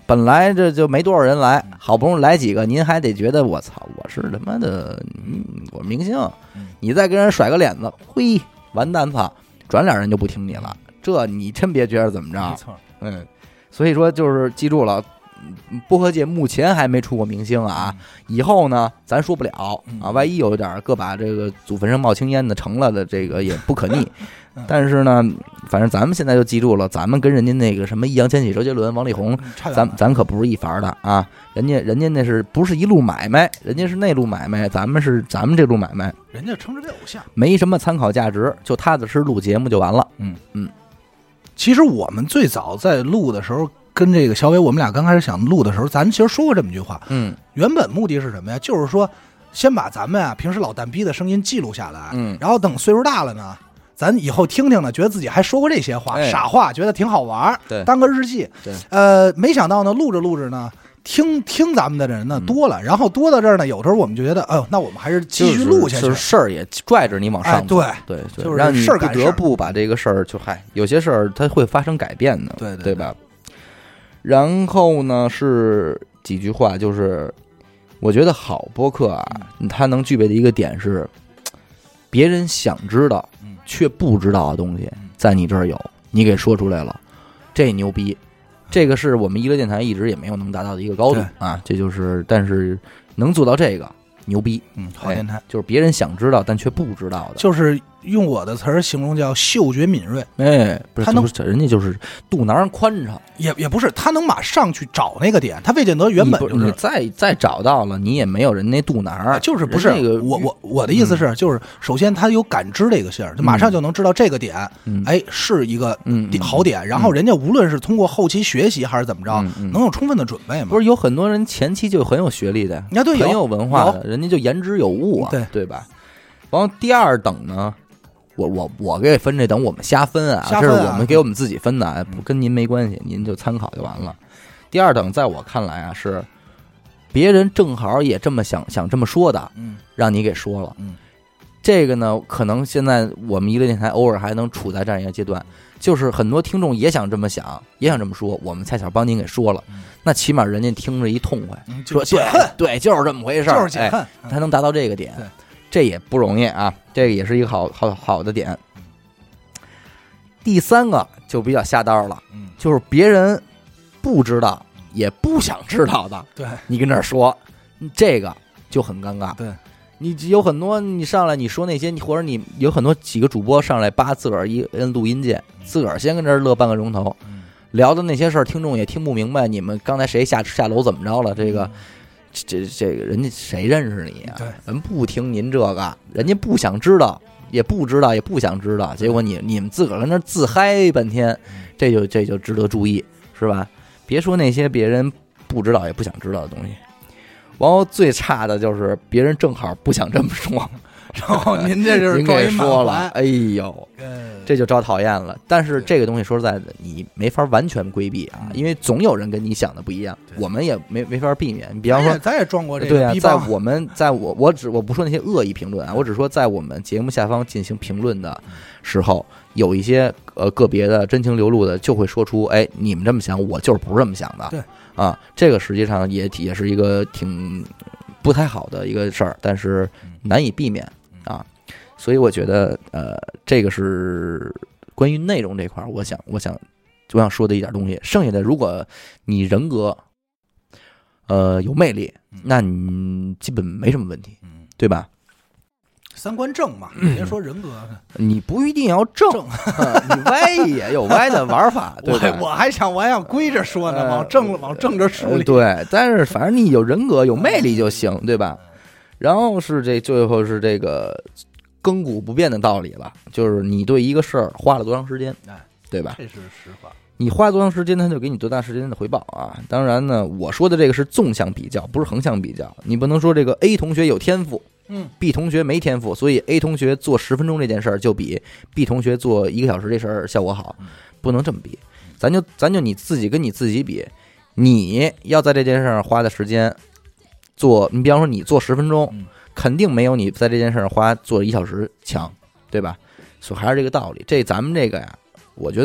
本来这就没多少人来，好不容易来几个，您还得觉得我操，我是他妈的，嗯、我明星，你再跟人甩个脸子，嘿，完蛋操，转脸人就不听你了，这你真别觉得怎么着， 没错， 嗯，所以说就是记住了。播客界目前还没出过明星啊，以后呢，咱说不了啊，万一有点个把这个祖坟上冒青烟的成了的，这个也不可逆。但是呢，反正咱们现在就记住了，咱们跟人家那个什么易烊千玺、周杰伦、王力宏，咱咱可不是一伐的啊，人家人家那是不是一路买卖，人家是那路买卖，咱们是咱们这路买卖， 人家称之为偶像， 没什么参考价值，就踏踏实实录节目就完了。嗯嗯， 其实我们最早在录的时候。跟这个小伟，我们俩刚开始想录的时候，咱其实说过这么一句话。嗯，原本目的是什么呀？就是说，先把咱们啊平时老蛋逼的声音记录下来，嗯，然后等岁数大了呢，咱以后听听呢，觉得自己还说过这些话，哎、傻话，觉得挺好玩， 对， 当个日记。 对， 呃，没想到呢，录着录着呢，听听咱们的人呢多了，然后多到这儿呢，有时候我们就觉得，哎呦，那我们还是继续录下去。 就是事儿也拽着你往上走， 哎、 对对， 就是让你不得不把这个事儿就嗨，有些事儿它会发生改变的， 对 对, 对吧？然后呢是几句话，就是我觉得好播客啊，它能具备的一个点是，别人想知道却不知道的东西，在你这儿有，你给说出来了，这牛逼。这个是我们娱乐电台一直也没有能达到的一个高度啊，这就是，但是能做到这个牛逼， 嗯，好电台、哎、 就是别人想知道但却不知道的， 就是用我的词儿形容叫嗅觉敏锐。 哎，不是， 他能， 人家就是肚囊宽敞， 也也不是，他能马上去找那个点，他未见得原本就是。 你, 你再再找到了，你也没有人那肚囊， 就是不是那个我我我的意思是，就是首先他有感知这个事儿，就马上就能知道这个点， 嗯、 哎，是一个好点。嗯、然后人家无论是通过后期学习还是怎么着， 嗯、 能有充分的准备嘛？ 不是有很多人前期就很有学历的， 啊对， 很有文化的，人家就言之有物啊， 对对吧？然后第二等呢？我我我给分这等我们瞎分啊， 分啊这是我们给我们自己分的，啊，不跟您没关系，您就参考就完了。第二等，在我看来啊，是别人正好也这么想想这么说的， 嗯， 让你给说了， 嗯， 这个呢，可能现在我们娱乐电台偶尔还能处在这样一个阶段，就是很多听众也想这么想，也想这么说，我们恰巧帮您给说了， 嗯、 那起码人家听着一痛快， 嗯、 说解恨， 对，就是这么回事， 就是解恨， 哎，他能达到这个点。 对。 这也不容易啊，这个也是一个好好好的点。第三个就比较下刀了， 嗯， 就是别人不知道也不想知道的， 对， 你跟这儿说，这个就很尴尬。 对， 你有很多你上来你说那些，或者你有很多几个主播上来扒自个儿一摁录音键，自个儿先跟这儿乐半个钟头， 嗯、 聊的那些事儿，听众也听不明白。你们刚才谁下下楼怎么着了？这个。嗯这这个人家谁认识你啊？ 对， 人不听您这个，人家不想知道，也不知道，也不想知道。结果你你们自个儿跟那自嗨半天，这就这就值得注意，是吧？别说那些别人不知道也不想知道的东西。然后最差的就是别人正好不想这么说， 然后您这就是您给说了，哎呦，这就招讨厌了。但是这个东西说实在的，你没法完全规避啊，因为总有人跟你想的不一样，我们也没没法避免。你比方说， 咱也撞过这个， 对啊，在我们在我我只我不说那些恶意评论啊，我只说在我们节目下方进行评论的时候，有一些呃个别的真情流露的就会说出，哎，你们这么想，我就是不是这么想的。 对啊，这个实际上也也是一个挺不太好的一个事儿，但是难以避免啊。所以我觉得，呃，这个是关于内容这块儿，我想，我想，我想说的一点东西。剩下的，如果你人格，呃，有魅力，那你基本没什么问题，对吧？ 三观正嘛，别说人格， 你不一定要正，你歪也有歪的玩法，对吧？ 我还想，我还想归着说呢，往正往正着梳理。 对，但是反正你有人格、有魅力就行，对吧？然后是这最后是这个。亘古不变的道理了，就是你对一个事儿花了多长时间，对吧？ 这是实话。 你花多长时间，他就给你多大时间的回报啊！当然呢，我说的这个是纵向比较，不是横向比较。你不能说这个 A 同学有天赋， 嗯 ，B 同学没天赋，所以 A 同学做十分钟这件事儿就比 B 同学做一个小时这事儿效果好，不能这么比。咱就咱就你自己跟你自己比，你要在这件事上花的时间做，你比方说你做十分钟。肯定没有你在这件事上花做一小时强，对吧？所以还是这个道理。这咱们这个呀，我觉得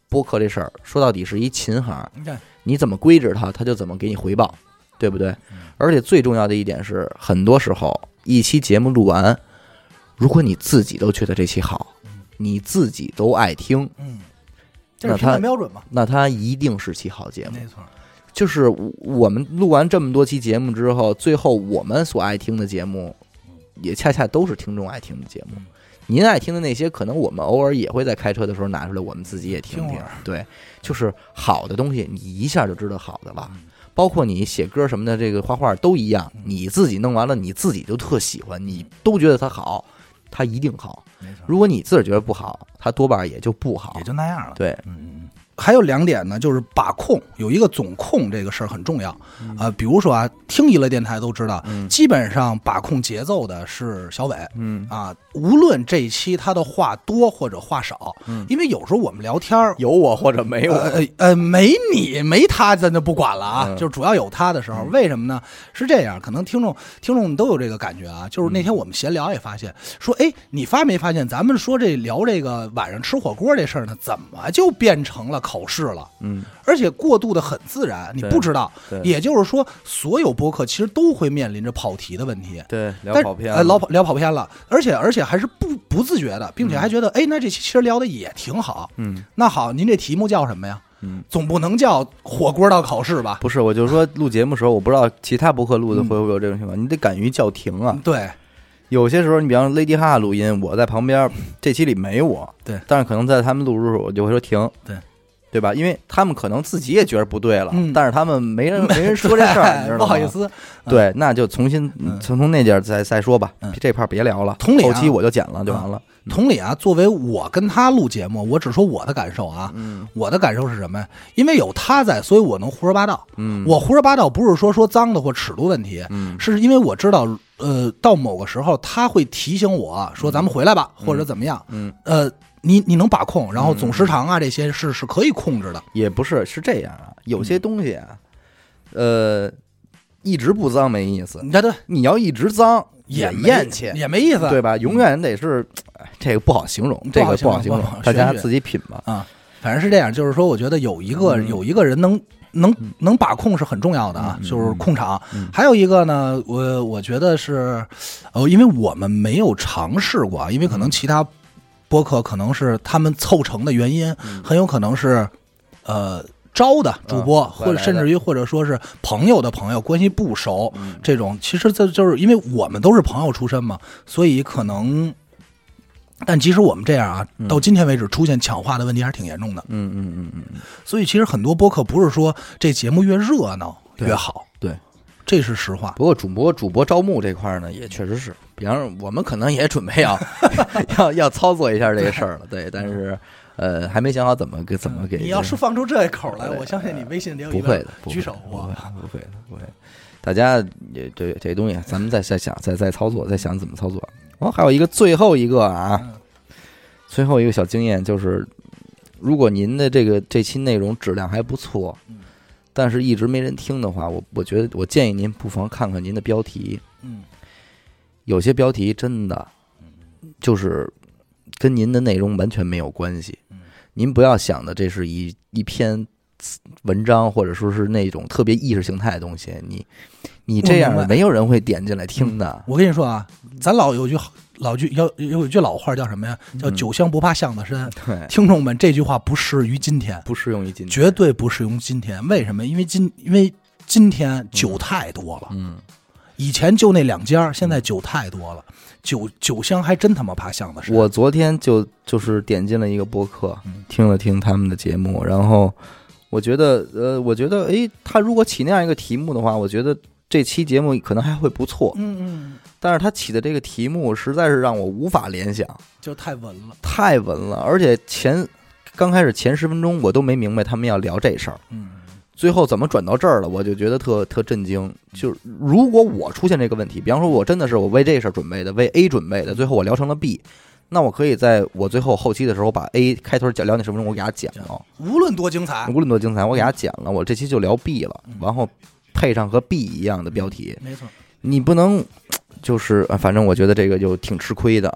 播客这事儿说到底是一琴行，你怎么规制它，它就怎么给你回报，对不对？而且最重要的一点是，很多时候一期节目录完，如果你自己都觉得这期好，你自己都爱听， 嗯，这是评判标准嘛？ 那它一定是期好节目， 没错。 就是我们录完这么多期节目之后，最后我们所爱听的节目，也恰恰都是听众爱听的节目。您爱听的那些，可能我们偶尔也会在开车的时候拿出来，我们自己也听听。对，就是好的东西，你一下就知道好的了。包括你写歌什么的，这个画画都一样，你自己弄完了，你自己就特喜欢，你都觉得它好，它一定好。如果你自己觉得不好，它多半也就不好， 也就那样了。 对， 嗯。还有两点呢，就是把控，有一个总控这个事儿很重要啊、嗯呃。比如说啊，听娱乐电台都知道，嗯、基本上把控节奏的是小伟，嗯啊，无论这一期他的话多或者话少，嗯，因为有时候我们聊天有我或者没我， 呃呃，没你没他咱就不管了啊，嗯、就是主要有他的时候，嗯、为什么呢？是这样，可能听众听众都有这个感觉啊，就是那天我们闲聊也发现，说，哎，你发没发现，咱们说这聊这个晚上吃火锅这事儿呢，怎么就变成了考试了， 嗯， 而且过渡的很自然，你不知道，也就是说，所有播客其实都会面临着跑题的问题， 对，聊跑偏了， 呃，聊跑聊跑偏了，而且而且还是不不自觉的，并且还觉得，哎、嗯，那这期其实聊的也挺好， 嗯， 那好，您这题目叫什么呀？嗯，总不能叫火锅到考试吧？ 不是，我就说录节目的时候，我不知道其他播客录的会不会有这种情况，嗯、你得敢于叫停啊， 对。 有些时候，你比方说 Lady 哈哈录音，我在旁边，这期里没我， 对， 但是可能在他们录的时候，我就会说停， 对。 对吧？因为他们可能自己也觉得不对了， 嗯、 但是他们没人没人说这事儿，你知道吗？ 不好意思， 对，那就重新嗯、 从从那点再再说吧，嗯、这块别聊了， 同理、啊、 后期我就剪了就完了。 嗯、同理啊，作为我跟他录节目，我只说我的感受啊， 嗯、 我的感受是什么呀？因为有他在，所以我能胡说八道。 嗯， 我胡说八道不是说说脏的或尺度问题， 嗯， 是因为我知道，呃，到某个时候他会提醒我说咱们回来吧， 嗯、 或者怎么样， 嗯， 呃。你你能把控，然后总时长啊这些是是可以控制的， 也不是是这样啊，有些东西啊，呃，一直不脏没意思， 对对， 你要一直脏也厌气， 也没意思， 对吧？永远得是这个不好形容，这个不好形容，大家自己品吧啊。反正是这样，就是说，我觉得有一个有一个人能能能把控是很重要的啊，就是控场。还有一个呢，我我觉得是，呃，因为我们没有尝试过，因为可能其他。播客可能是他们凑成的原因， 嗯、 很有可能是，呃，招的主播， 嗯、 或者甚至于或者说是朋友的朋友，关系不熟， 嗯、 这种其实这就是因为我们都是朋友出身嘛，所以可能，但即使我们这样啊， 嗯、 到今天为止出现抢话的问题还是挺严重的。 嗯嗯嗯嗯嗯。 所以其实很多播客不是说这节目越热闹越好， 对。对这是实话。 不过主播主播招募这块呢，也确实是，比方说我们可能也准备要要要操作一下这个事儿了，对，但是呃还没想好怎么给怎么给。 你要是放出这口来，我相信你微信里有一个举手， 不会的，不会的，不会的。大家也这这东西，咱们再再想，再再操作，再想怎么操作。哦，还有一个最后一个啊，最后一个小经验就是，如果您的这个这期内容质量还不错。但是一直没人听的话，我我觉得我建议您不妨看看您的标题， 嗯， 有些标题真的就是跟您的内容完全没有关系， 嗯， 您不要想的这是一一篇文章或者说是那种特别意识形态的东西，你你这样没有人会点进来听的。 嗯、我跟你说啊，咱老有句老句要有一句老话叫什么呀？叫酒香不怕巷子深。 嗯、对， 听众们，这句话不适于今天， 不适用于今天， 绝对不适用今天。为什么？因为今因为今天酒太多了。 嗯， 以前就那两家，现在酒太多了，酒酒香还真他妈怕巷子深。 我昨天就就是点进了一个播客，听了听他们的节目，然后我觉得，呃，我觉得，诶，他如果起那样一个题目的话，我觉得这期节目可能还会不错。 嗯嗯。 但是他起的这个题目实在是让我无法联想， 就太文了， 太文了，而且前刚开始前十分钟我都没明白他们要聊这事儿， 嗯， 最后怎么转到这儿了，我就觉得特特震惊。就是如果我出现这个问题，比方说我真的是我为这事儿准备的，为 A 准备的，最后我聊成了 B， 那我可以在我最后后期的时候把 A 开头讲聊那十分钟我给他讲了， 无论多精彩， 无论多精彩，我给他讲了，我这期就聊 B 了，然后配上和 B 一样的标题， 没错， 你不能。就是反正我觉得这个就挺吃亏的啊。 对对对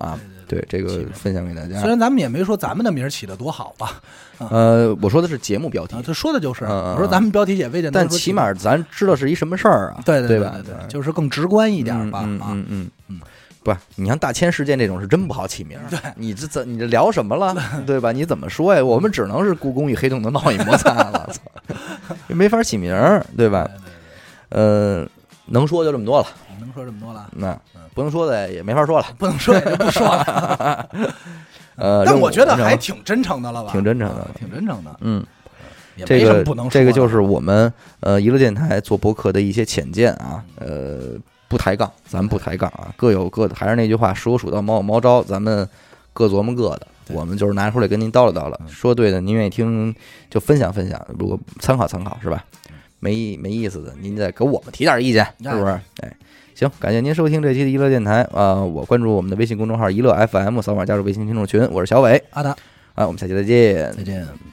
对，这个分享给大家。 虽然咱们也没说咱们的名儿起的多好吧， 呃，我说的是节目标题， 他说的就是， 我说咱们标题也未见得， 但起码咱知道是一什么事儿啊， 对对吧？ 对对，就是更直观一点吧， 嗯嗯嗯嗯，不，你像大千世界这种是真不好起名， 对， 你这怎你这聊什么了，对吧？你怎么说呀？我们只能是故宫与黑洞的闹影摩擦了，没法起名，对吧？呃，能说就这么多了， 能说这么多了， 那不能说的也没法说了， 不能说也就不说了。 呃， 但我觉得还挺真诚的了吧？ 挺真诚的， 挺真诚的。 嗯， 这个不能这个就是我们呃娱乐电台做播客的一些浅见啊，呃，不抬杠，咱们不抬杠啊，各有各的。还是那句话，说数到毛有毛招，咱们各琢磨各的。我们就是拿出来跟您叨唠叨唠，说对的您愿意听就分享分享，如果参考参考是吧？没没意思的，您再给我们提点意见，是不是？哎。行，感谢您收听这期的娱乐电台啊、呃！我关注我们的微信公众号“娱乐 F M”，扫码加入微信听众群。我是小伟， 阿达啊，我们下期再见， 再见。